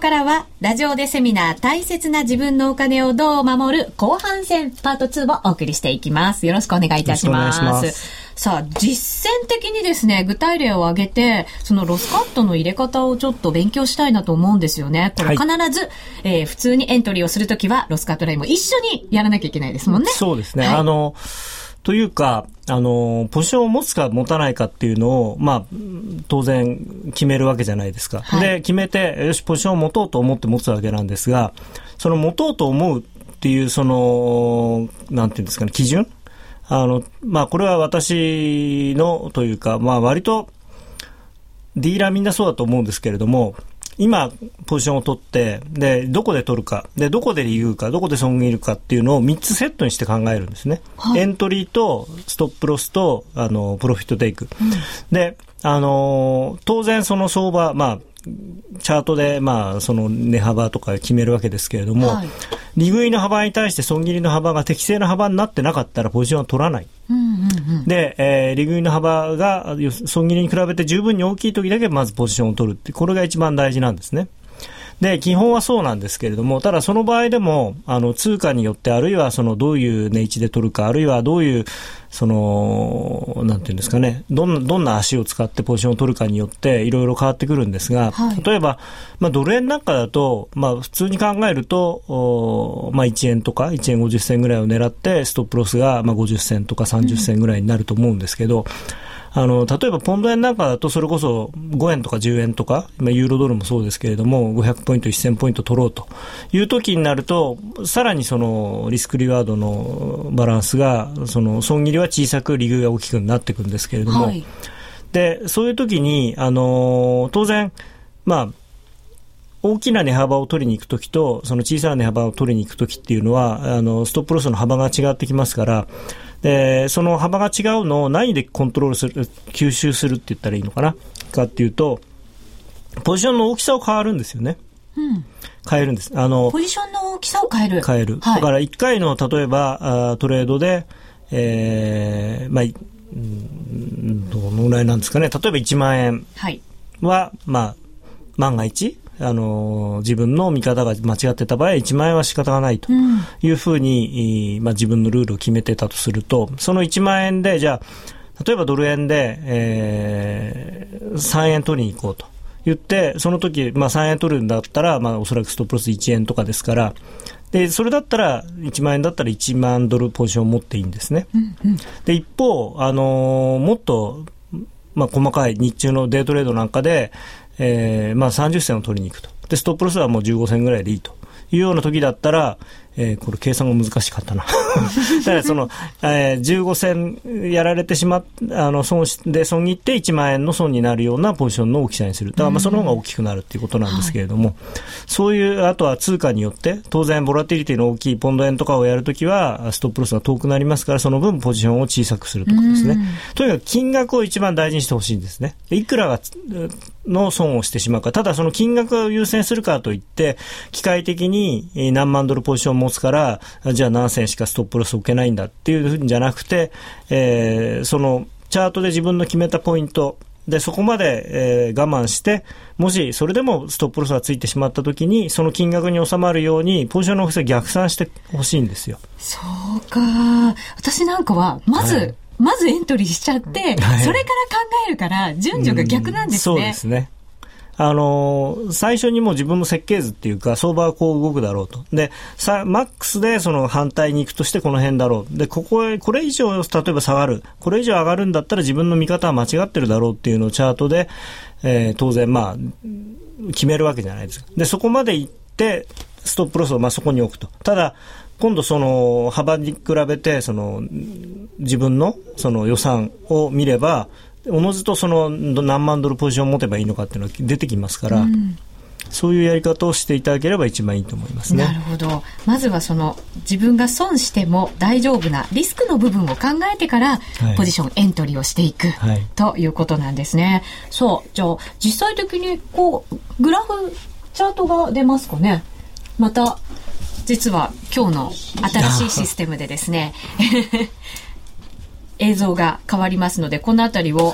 からはラジオでセミナー大切な自分のお金をどう守る後半戦パートツーをお送りしていきます。よろしくお願いいたします。よろしくお願いします。さあ、実践的にですね、具体例を挙げて、そのロスカットの入れ方をちょっと勉強したいなと思うんですよね。これ必ず、はい、えー、普通にエントリーをするときは、ロスカットラインも一緒にやらなきゃいけないですもんね。 そうですね。 はい、 あの、というか、あの、ポジションを持つか持たないかっていうのを、まあ、当然決めるわけじゃないですか。はい、で、決めて、よし、ポジションを持とうと思って持つわけなんですが、その持とうと思うっていう、その、なんていうんですかね、基準？あの、まあ、これは私のというか、まあ、割とディーラーみんなそうだと思うんですけれども、今ポジションを取って、で、どこで取るか、で、どこで理由か、どこで損切るかっていうのをみっつセットにして考えるんですね。はい、エントリーとストップロスと、あの、プロフィットテイク。うん、で、あの、当然その相場、まあ、チャートで、まあ、その値幅とか決めるわけですけれども、はい、利食いの幅に対して損切りの幅が適正な幅になってなかったらポジションは取らない。うんうんうん、で、えー、利食いの幅が損切りに比べて十分に大きい時だけまずポジションを取るって、これが一番大事なんですね。で、基本はそうなんですけれども、ただその場合でも、あの、通貨によって、あるいはその、どういう値位置で取るか、あるいはどういう、その、なんていうんですかね、どんな、どんな足を使ってポジションを取るかによって、いろいろ変わってくるんですが、はい、例えば、まあ、ドル円なんかだと、まあ、普通に考えると、まあ、いちえんとか、いちえんごじゅっせんぐらいを狙って、ストップロスが、まあ、ごじゅっせんとかさんじゅっせんぐらいになると思うんですけど、うん、あの、例えばポンド円なんかだとそれこそごえんとかじゅうえんとか、まあ、ユーロドルもそうですけれども、ごひゃくポイント、せんポイント取ろうという時になると、さらにそのリスクリワードのバランスが、その損切りは小さく利食いが大きくなっていくんですけれども、はい、で、そういう時に、あの、当然、まあ、大きな値幅を取りに行くときと、その小さな値幅を取りに行くときっていうのは、あの、ストップロスの幅が違ってきますから、で、その幅が違うのを何でコントロールする、吸収するって言ったらいいのかなかっていうと、ポジションの大きさを変わるんですよね。うん、変えるんです。あの、 ポジションの大きさを変える。 変える。はい、だからいっかいの例えばあトレードで、えー、まあ、どのぐらいなんですかね。例えばいちまんえんは、はい、まあ、万が一、あの自分の見方が間違ってた場合いちまんえんは仕方がないというふうに、うんまあ、自分のルールを決めてたとすると、そのいちまんえんでじゃあ例えばドル円で、えー、さんえん取りに行こうと言って、その時、まあ、さんえん取るんだったら、まあ、おそらくストップロスいちえんとかですから、でそれだったらいちまんえんだったらいちまんドルポジションを持っていいんですね。うんうん、で一方、あのー、もっと、まあ、細かい日中のデイトレードなんかでえーまあ、さんじゅっせんを取りに行くと。で、ストップロスはもうじゅうごせんぐらいでいいというような時だったら、えー、これ計算が難しかったな。だからその、えー、じゅうごせんやられてしまっ、あの、損し、で、損切っていちまんえんの損になるようなポジションの大きさにする。だからまあその方が大きくなるっていうことなんですけれども、はい、そういう、あとは通貨によって、当然ボラティリティの大きいポンド円とかをやるときは、ストップロスが遠くなりますから、その分ポジションを小さくするとかですね。とにかく金額を一番大事にしてほしいんですね。いくらが、の損をしてしまうか。ただその金額を優先するからといって、機械的に何万ドルポジションを持つから、じゃあ何銭しかストップロスを受けないんだっていうふうじゃなくて、えー、そのチャートで自分の決めたポイントでそこまで、えー、我慢して、もしそれでもストップロスがついてしまったときにその金額に収まるようにポジションの大きさを逆算してほしいんですよ。 そうか。私なんかはまず、はい、まずエントリーしちゃって、はい、それから考えるから順序が逆なんですね。 うん、そうですね。あのー、最初にもう自分の設計図っていうか相場はこう動くだろうと。で、さ、マックスでその反対に行くとしてこの辺だろう。で、ここへ、これ以上例えば下がる。これ以上上がるんだったら自分の見方は間違ってるだろうっていうのをチャートで、えー、当然まあ、決めるわけじゃないですか。で、そこまで行って、ストップロスをまあそこに置くと。ただ、今度その幅に比べてその自分のその予算を見れば、おのずとその何万ドルポジションを持てばいいのかっていうのが出てきますから、うん、そういうやり方をしていただければ一番いいと思いますね。 なるほど。まずはその自分が損しても大丈夫なリスクの部分を考えてからポジションエントリーをしていく、はい、ということなんですね。そう。じゃあ実際的にこうグラフチャートが出ますかね。また実は今日の新しいシステムでですね映像が変わりますので、このあたりを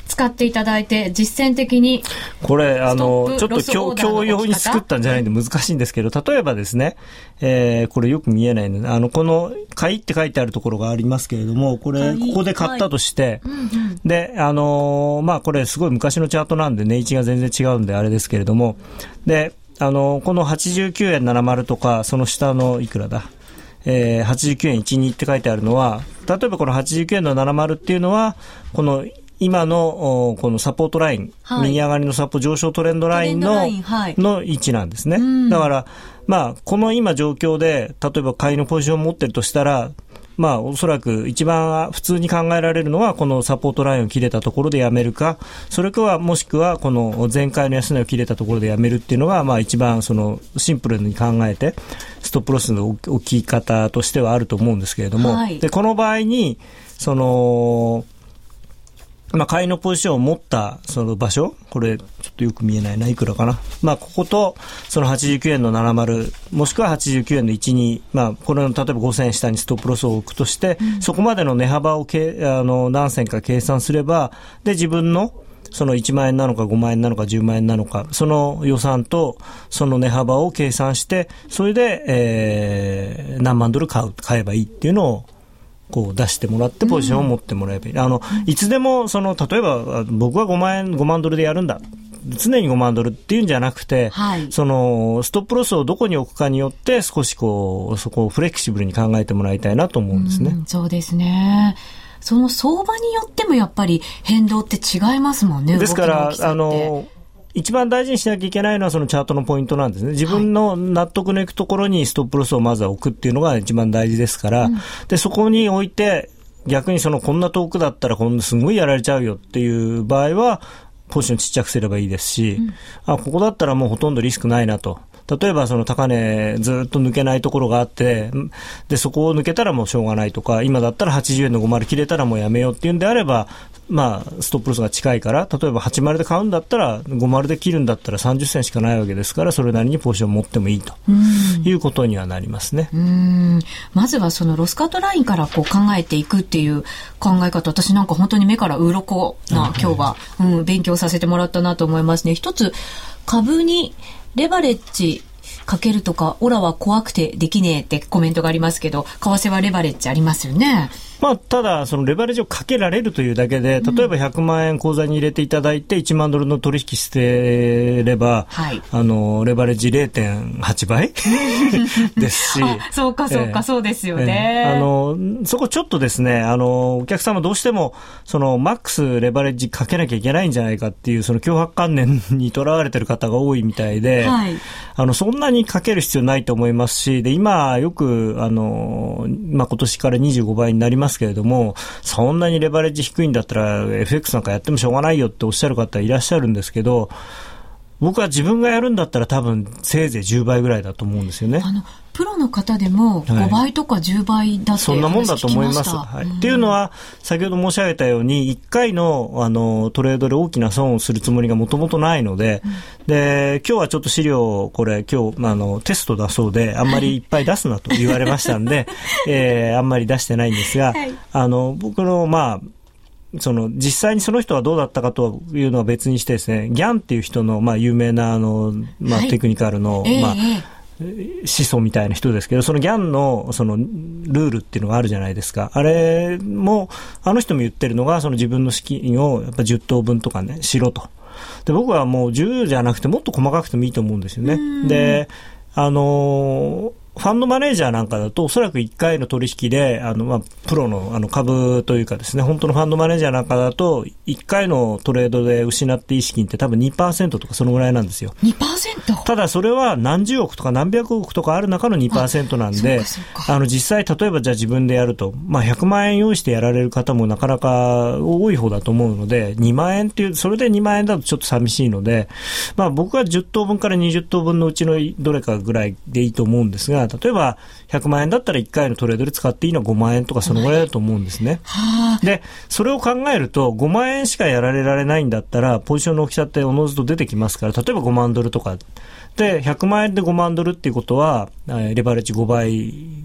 使っていただいて実践的にこれあのちょっと教教養に作ったんじゃないんで難しいんですけど、例えばですね、えー、これよく見えないので、あのこの買いって書いてあるところがありますけれども、これここで買ったとして、はい、うんうん、であのまあこれすごい昔のチャートなんで値位置が全然違うんであれですけれども、であのこのはちじゅうきゅうえんななじゅうとかその下のいくらだ、えー、はちじゅうきゅうえんじゅうにって書いてあるのは、例えばこのはちじゅうきゅうえんのななじゅうっていうのはこの今のこのサポートライン、はい、右上がりのサポ上昇トレンドライン の, イン、はい、の位置なんですね。だからまあこの今状況で例えば買いのポジションを持ってるとしたら、まあおそらく一番普通に考えられるのはこのサポートラインを切れたところでやめるか、それかはもしくはこの前回の安値を切れたところでやめるっていうのがまあ一番そのシンプルに考えてストップロスの置き方としてはあると思うんですけれども、はい、でこの場合にそのまあ、買いのポジションを持ったその場所、これちょっとよく見えないな、いくらかな、まあ、こことそのはちじゅうきゅうえんのななじゅうもしくははちじゅうきゅうえんのじゅうに、まあ、これの例えばごせんえん下にストップロスを置くとして、うん、そこまでの値幅をけあの何銭か計算すれば、で自分のそのいちまんえんなのかごまんえんなのかじゅうまんえんなのか、その予算とその値幅を計算して、それで、えー、何万ドル買う買えばいいっていうのをこう出してもらってポジションを持ってもらえばいい、うん、あのいつでもその例えば僕はごまんえんごまんドルでやるんだ、常にごまんドルっていうんじゃなくて、はい、そのストップロスをどこに置くかによって少しこうそこをフレキシブルに考えてもらいたいなと思うんですね、うん、 そうですね。その相場によってもやっぱり変動って違いますもんね。 ですからあの一番大事にしなきゃいけないのはそのチャートのポイントなんですね。自分の納得のいくところにストップロスをまずは置くっていうのが一番大事ですから、うん、でそこに置いて逆にそのこんな遠くだったらこんなすごいやられちゃうよっていう場合はポジションちっちゃくすればいいですし、うん、あここだったらもうほとんどリスクないなと。例えばその高値ずっと抜けないところがあって、でそこを抜けたらもうしょうがないとか、今だったらはちじゅうえんのごじゅう切れたらもうやめようっていうんであれば、まあストップロスが近いから、例えばはちじゅうで買うんだったらごじゅうで切るんだったらさんじゅっせんしかないわけですから、それなりにポジション持ってもいいということにはなりますね。 うーん、まずはそのロスカットラインからこう考えていくっていう考え方、私なんか本当に目から鱗な今日は、うん、勉強させてもらったなと思いますね。一つ株にレバレッジかけるとか、オラは怖くてできねえってコメントがありますけど、為替はレバレッジありますよね。 まあ、ただそのレバレッジをかけられるというだけで、例えばひゃくまんえん口座に入れていただいていちまんドルの取引してれば、はい、あのレバレッジ れいてんはち 倍ですしそうかそうか、えー、そうですよね、 えー、あのそこちょっとですね、あのお客様どうしてもそのマックスレバレッジかけなきゃいけないんじゃないかっていうその強迫観念にとらわれてる方が多いみたいで、はい、あのそんなにかける必要ないと思いますし、で今よくあの、まあ、今年からにじゅうごばいになりますけれども、そんなにレバレッジ低いんだったら エフエックス なんかやってもしょうがないよっておっしゃる方いらっしゃるんですけど、僕は自分がやるんだったら多分せいぜいじゅうばいぐらいだと思うんですよね。 あのプロの方でもごばいとかじゅうばいだって、 はい、そんなもんだと思います、はい、っていうのは先ほど申し上げたようにいっかい の, あのトレードで大きな損をするつもりがもともとないので、うん、で今日はちょっと資料これ今日、まあ、あのテストだそうであんまりいっぱい出すなと言われましたんで、えー、あんまり出してないんですが、はい、あの僕のまあその実際にその人はどうだったかというのは別にしてですね、ギャンっていう人の、まあ、有名なあの、まあ、テクニカルの、はい、まあ、えー、思想みたいな人ですけど、そのギャンのそのルールっていうのがあるじゃないですか。あれもあの人も言ってるのが、その自分の資金をやっぱじゅっとうぶんとかねしろと。で僕はもうじゅうじゃなくてもっと細かくてもいいと思うんですよね。であのーファンドマネージャーなんかだとおそらくいっかいの取引であの、まあ、プロの、あの株というかですね、本当のファンドマネージャーなんかだといっかいのトレードで失っていい資金って多分 にパーセント とかそのぐらいなんですよ。 にパーセント？ ただそれは何十億とか何百億とかある中の にパーセント なんで、あの実際例えばじゃあ自分でやると、まあ、ひゃくまんえん用意してやられる方もなかなか多い方だと思うので、にまんえんっていうそれでにまんえんだとちょっと寂しいので、まあ、僕はじゅっとうぶんからにじゅっとうぶんのうちのどれかぐらいでいいと思うんですが、例えばひゃくまんえんだったらいっかいのトレードで使っていいのはごまんえんとかそのぐらいだと思うんですね。でそれを考えるとごまんえんしかやられられないんだったらポジションの大きさっておのずと出てきますから、例えばごまんドルとかでひゃくまんえんでごまんドルっていうことはレバレッジごばい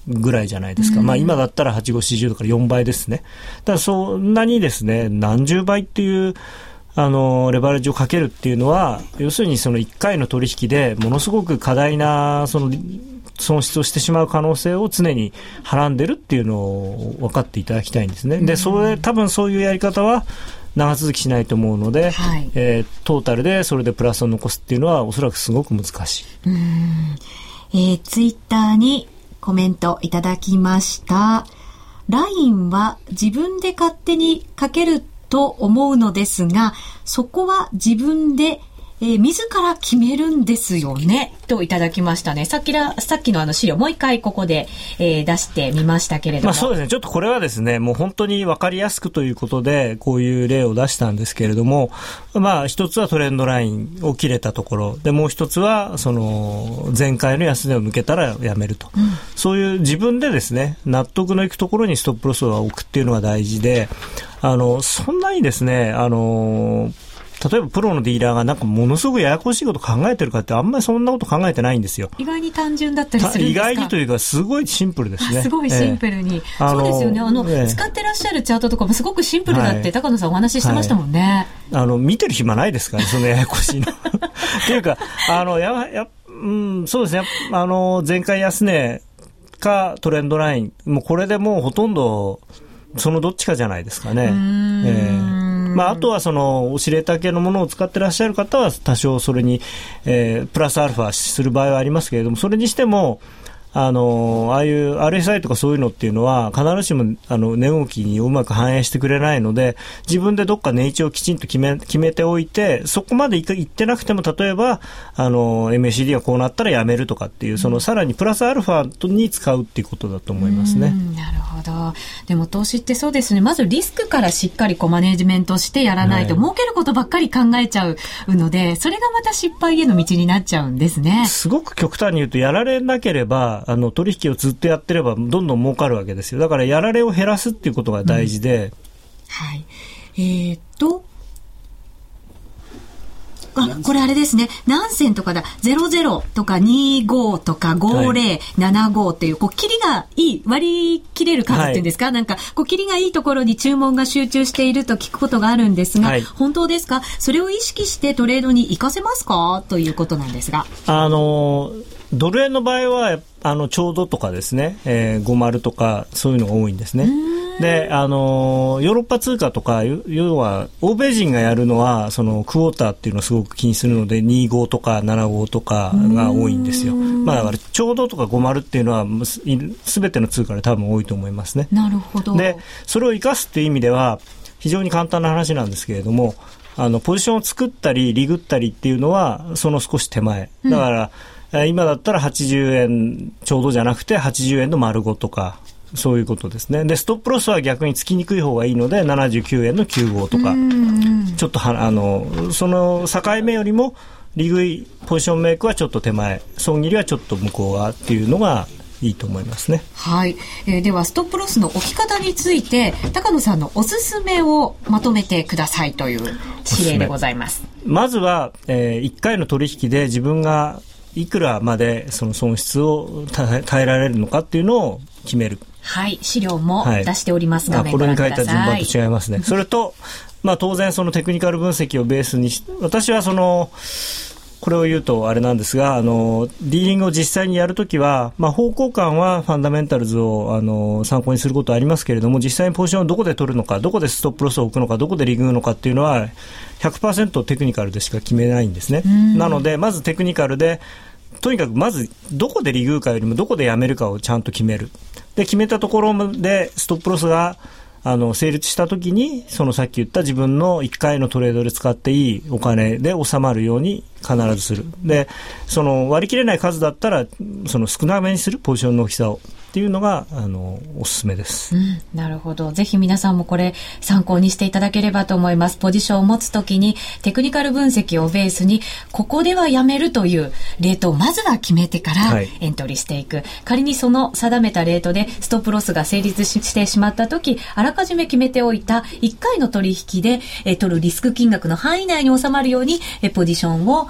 ぐらいじゃないですか、うん、まあ、今だったらはちごよんじゅうだからよんばいですね。だからそんなにですね何十倍っていうあのレバレッジをかけるっていうのは、要するにそのいっかいの取引でものすごく過大なその損失をしてしまう可能性を常にはらんでるっていうのを分かっていただきたいんですね。で、それ多分そういうやり方は長続きしないと思うので、はい、えー、トータルでそれでプラスを残すっていうのはおそらくすごく難しい。 うーん、えー、ツイッターにコメントいただきました。ラインは自分で勝手にかけると思うのですが、そこは自分でえー、自ら決めるんですよねといただきましたね。さっきらさっきのあの資料もう一回ここで、えー、出してみましたけれども、 まあ、そうですね、ちょっとこれはですねもう本当に分かりやすくということでこういう例を出したんですけれども、まあ一つはトレンドラインを切れたところで、もう一つはその前回の安値を抜けたらやめると、うん、そういう自分でですね納得のいくところにストップロスを置くっていうのが大事で、あのそんなにですねあの例えばプロのディーラーがなんかものすごくややこしいこと考えてるかってあんまりそんなこと考えてないんですよ。 意外に単純だったりするんですか？ 意外にというかすごいシンプルですね。 すごいシンプルに、えー、そうですよね。あの、えー、使ってらっしゃるチャートとかもすごくシンプルだって、はい、高野さんお話ししてましたもんね、 はい、あの見てる暇ないですからねそのややこしいのっていうかあのやや、うん、そうですね、あの前回安値かトレンドライン、もうこれでもうほとんどそのどっちかじゃないですかね。うーん、えーまあ、あとはそのオシレーター系のものを使ってらっしゃる方は多少それに、えー、プラスアルファする場合はありますけれども、それにしてもあのああいう アールエスアイ とかそういうのっていうのは必ずしもあの値動きにうまく反映してくれないので、自分でどっか値位置をきちんと決め、決めておいて、そこまでいってなくても例えばあの エムエーシーディー がこうなったらやめるとかっていう、そのさらにプラスアルファに使うっていうことだと思いますね。 うん、なるほど。でも投資ってそうですね、まずリスクからしっかりこうマネジメントしてやらないと、はい、儲けることばっかり考えちゃうので、それがまた失敗への道になっちゃうんですね。 すごく極端に言うと、やられなければあの取引をずっとやってればどんどん儲かるわけですよ。だからやられを減らすっていうことが大事で、うん、 はい、えー、っとあ、これあれですね、何銭とかだ、ゼロゼロとかにじゅうごとかごじゅう、ななじゅうごっていう、こう、切りがいい、割り切れる数っていうんですか、はい、なんか、こう、切りがいいところに注文が集中していると聞くことがあるんですが、はい、本当ですか？それを意識してトレードに活かせますか？ということなんですが。あのー、ドル円の場合は、あの、ちょうどとかですね、えー、ごじゅうとか、そういうのが多いんですね。で、あのヨーロッパ通貨とか、要は欧米人がやるのはそのクォーターっていうのをすごく気にするのでにじゅうごとかななじゅうごとかが多いんですよ。まあ、だからちょうどとかごじゅうっていうのはすべての通貨で多分多いと思いますね。 なるほど。 で、それを生かすっていう意味では非常に簡単な話なんですけれども、あのポジションを作ったりリグったりっていうのはその少し手前だから、うん、今だったらはちじゅうえんちょうどじゃなくてはちじゅうえんの丸ごとか、そういうことですね。で、ストップロスは逆につきにくい方がいいのでななじゅうきゅうえんのきゅうじゅうごとか、ちょっとはあのその境目よりも利食いポジションメイクはちょっと手前、損切りはちょっと向こう側っていうのがいいと思いますね。 はい、えー、ではストップロスの置き方について高野さんのおすすめをまとめてくださいという指令でございます。 まずは、えー、いっかいの取引で自分がいくらまでその損失を耐えられるのかっていうのを決める。 はい、資料も出しております、はい、画面これに書いた順番と違いますね。それと、まあ、当然そのテクニカル分析をベースにし、私はそのこれを言うとあれなんですが、あのディーリングを実際にやるときは、まあ、方向感はファンダメンタルズをあの参考にすることはありますけれども、実際にポジションをどこで取るのか、どこでストップロスを置くのか、どこでリグうのかっていうのは ひゃくパーセント テクニカルでしか決めないんですね。なのでまずテクニカルでとにかくまずどこでリグうかよりもどこでやめるかをちゃんと決める。で、決めたところでストップロスがあの成立したときに、そのさっき言った自分のいっかいのトレードで使っていいお金で収まるように必ずする。で、その割り切れない数だったらその少なめにする、ポジションの大きさをっていうのがあのおすすめです、 うん、なるほど。ぜひ皆さんもこれ参考にしていただければと思います。ポジションを持つときにテクニカル分析をベースにここではやめるというレートをまずは決めてからエントリーしていく、はい、仮にその定めたレートでストップロスが成立してしまったとき、あらかじめ決めておいたいっかいの取引でえ取るリスク金額の範囲内に収まるようにえポジションを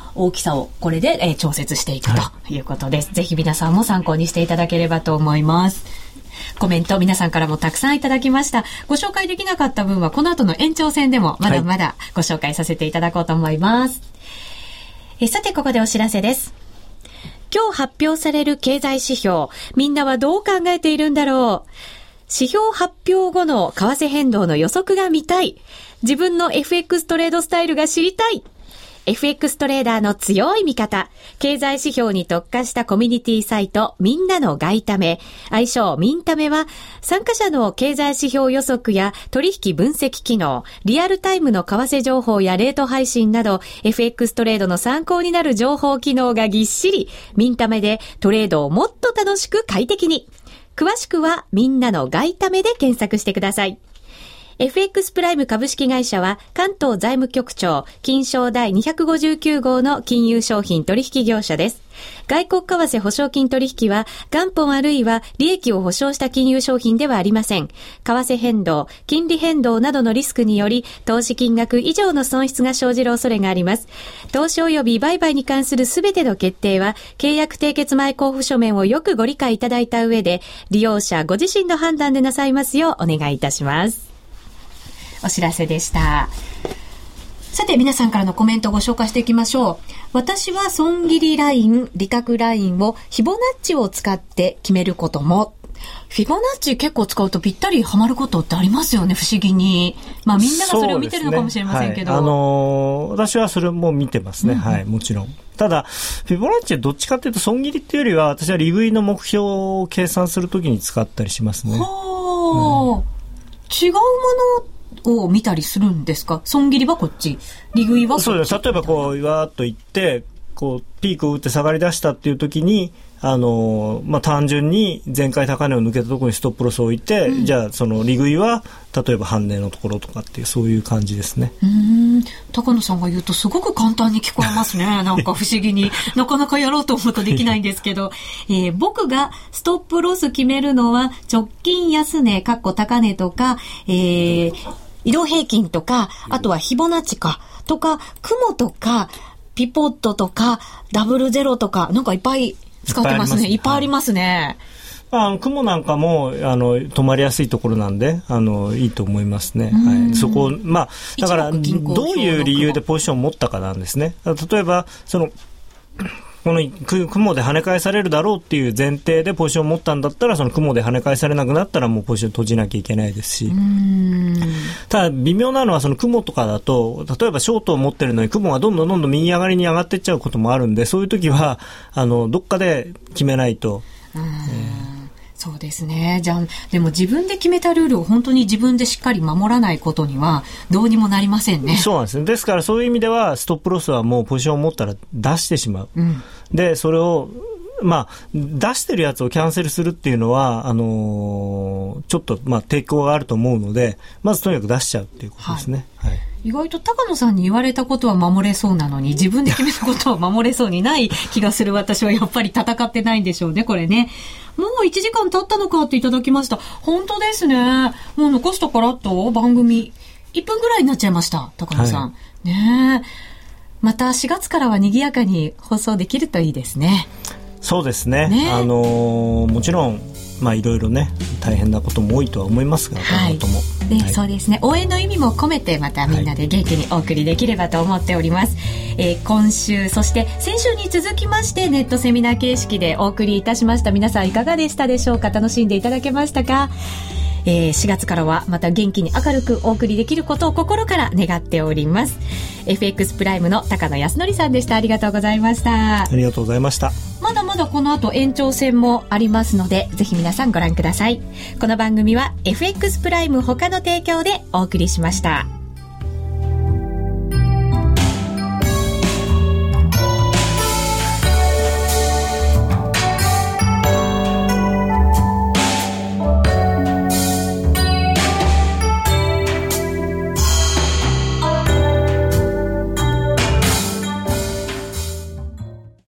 大きさをこれで、えー、調節していくということです、はい、ぜひ皆さんも参考にしていただければと思います。コメント皆さんからもたくさんいただきました。ご紹介できなかった分はこの後の延長戦でもまだまだご紹介させていただこうと思います、はい、えさてここでお知らせです。今日発表される経済指標、みんなはどう考えているんだろう。指標発表後の為替変動の予測が見たい。自分の エフエックス トレードスタイルが知りたい。エフエックス トレーダーの強い味方、経済指標に特化したコミュニティサイト、みんなの外為、愛称ミンタメは、参加者の経済指標予測や取引分析機能、リアルタイムの為替情報やレート配信など、エフエックス トレードの参考になる情報機能がぎっしり、ミンタメでトレードをもっと楽しく快適に。詳しくは、みんなの外為で検索してください。エフエックス プライム株式会社は関東財務局長金商第にひゃくごじゅうきゅう号の金融商品取引業者です。外国為替保証金取引は元本あるいは利益を保証した金融商品ではありません。為替変動、金利変動などのリスクにより投資金額以上の損失が生じる恐れがあります。投資及び売買に関するすべての決定は契約締結前交付書面をよくご理解いただいた上で利用者ご自身の判断でなさいますようお願いいたします。お知らせでした。さて皆さんからのコメントをご紹介していきましょう。私は損切りライン、利確ラインをフィボナッチを使って決めることも。フィボナッチ結構使うとぴったりはまることってありますよね、不思議に。まあみんながそれを見てるのかもしれませんけど。 ね、はい、あのー、私はそれも見てますね。うん、はい、もちろん。ただ、フィボナッチはどっちかというと損切りっていうよりは、私は利食いの目標を計算するときに使ったりしますね。 はあ、うん、違うものを見たりするんですか？損切りはこっち、利食いはこっち。 そうです。例えばこうわーっといってこうピークを打って下がり出したっていう時にあのーまあ、単純に前回高値を抜けたところにストップロスを置いて、うん、じゃあその利食いは例えば半値のところとかっていうそういう感じですね。 うーん、高野さんが言うとすごく簡単に聞こえますね。なんか不思議になかなかやろうと思うとできないんですけど、えー、僕がストップロス決めるのは直近安値かっこ高値とか、えー、移動平均とか、あとはフィボナッチかとか雲とかピポットとかダブルゼロとかなんかいっぱい使ってますね。いっぱいありますね。 あの雲なんかもあの止まりやすいところなんであのいいと思いますね。はい、そこまあだからどういう理由でポジションを持ったかなんですね。例えばそのこの雲で跳ね返されるだろうっていう前提でポジションを持ったんだったらその雲で跳ね返されなくなったらもうポジション閉じなきゃいけないですし、うーん、ただ微妙なのはその雲とかだと例えばショートを持ってるのに雲がどんどんどんどん右上がりに上がっていっちゃうこともあるんでそういう時はあのどっかで決めないと。うーん、えーそうですね。じゃあでも自分で決めたルールを本当に自分でしっかり守らないことにはどうにもなりませんね。 そうなんですね。ですからそういう意味ではストップロスはもうポジションを持ったら出してしまう、うん、でそれをまあ出してるやつをキャンセルするっていうのはあのー、ちょっとまあ抵抗があると思うのでまずとにかく出しちゃうっていうことですね。はい、はい、 意外と高野さんに言われたことは守れそうなのに自分で決めたことは守れそうにない気がする。私はやっぱり戦ってないんでしょうね、これね。もういちじかん経ったのかっていただきました。本当ですね。もう残したからと番組いっぷんぐらいになっちゃいました、高野さん、はい、ねえ。またしがつからは賑やかに放送できるといいですね。 そうですね。ね、あのー、もちろんまあいろいろね大変なことも多いとは思いますが、 はい、 ともで、はい、そうですね。応援の意味も込めてまたみんなで元気にお送りできればと思っております。はい、えー、今週そして先週に続きましてネットセミナー形式でお送りいたしました。皆さんいかがでしたでしょうか？楽しんでいただけましたか？えー、しがつからはまた元気に明るくお送りできることを心から願っております。 エフエックス プライムの高野康則さんでした。ありがとうございました。 ありがとうございました。 まだまだこの後延長戦もありますのでぜひ皆さんご覧ください。この番組は エフエックス プライム他の提供でお送りしました。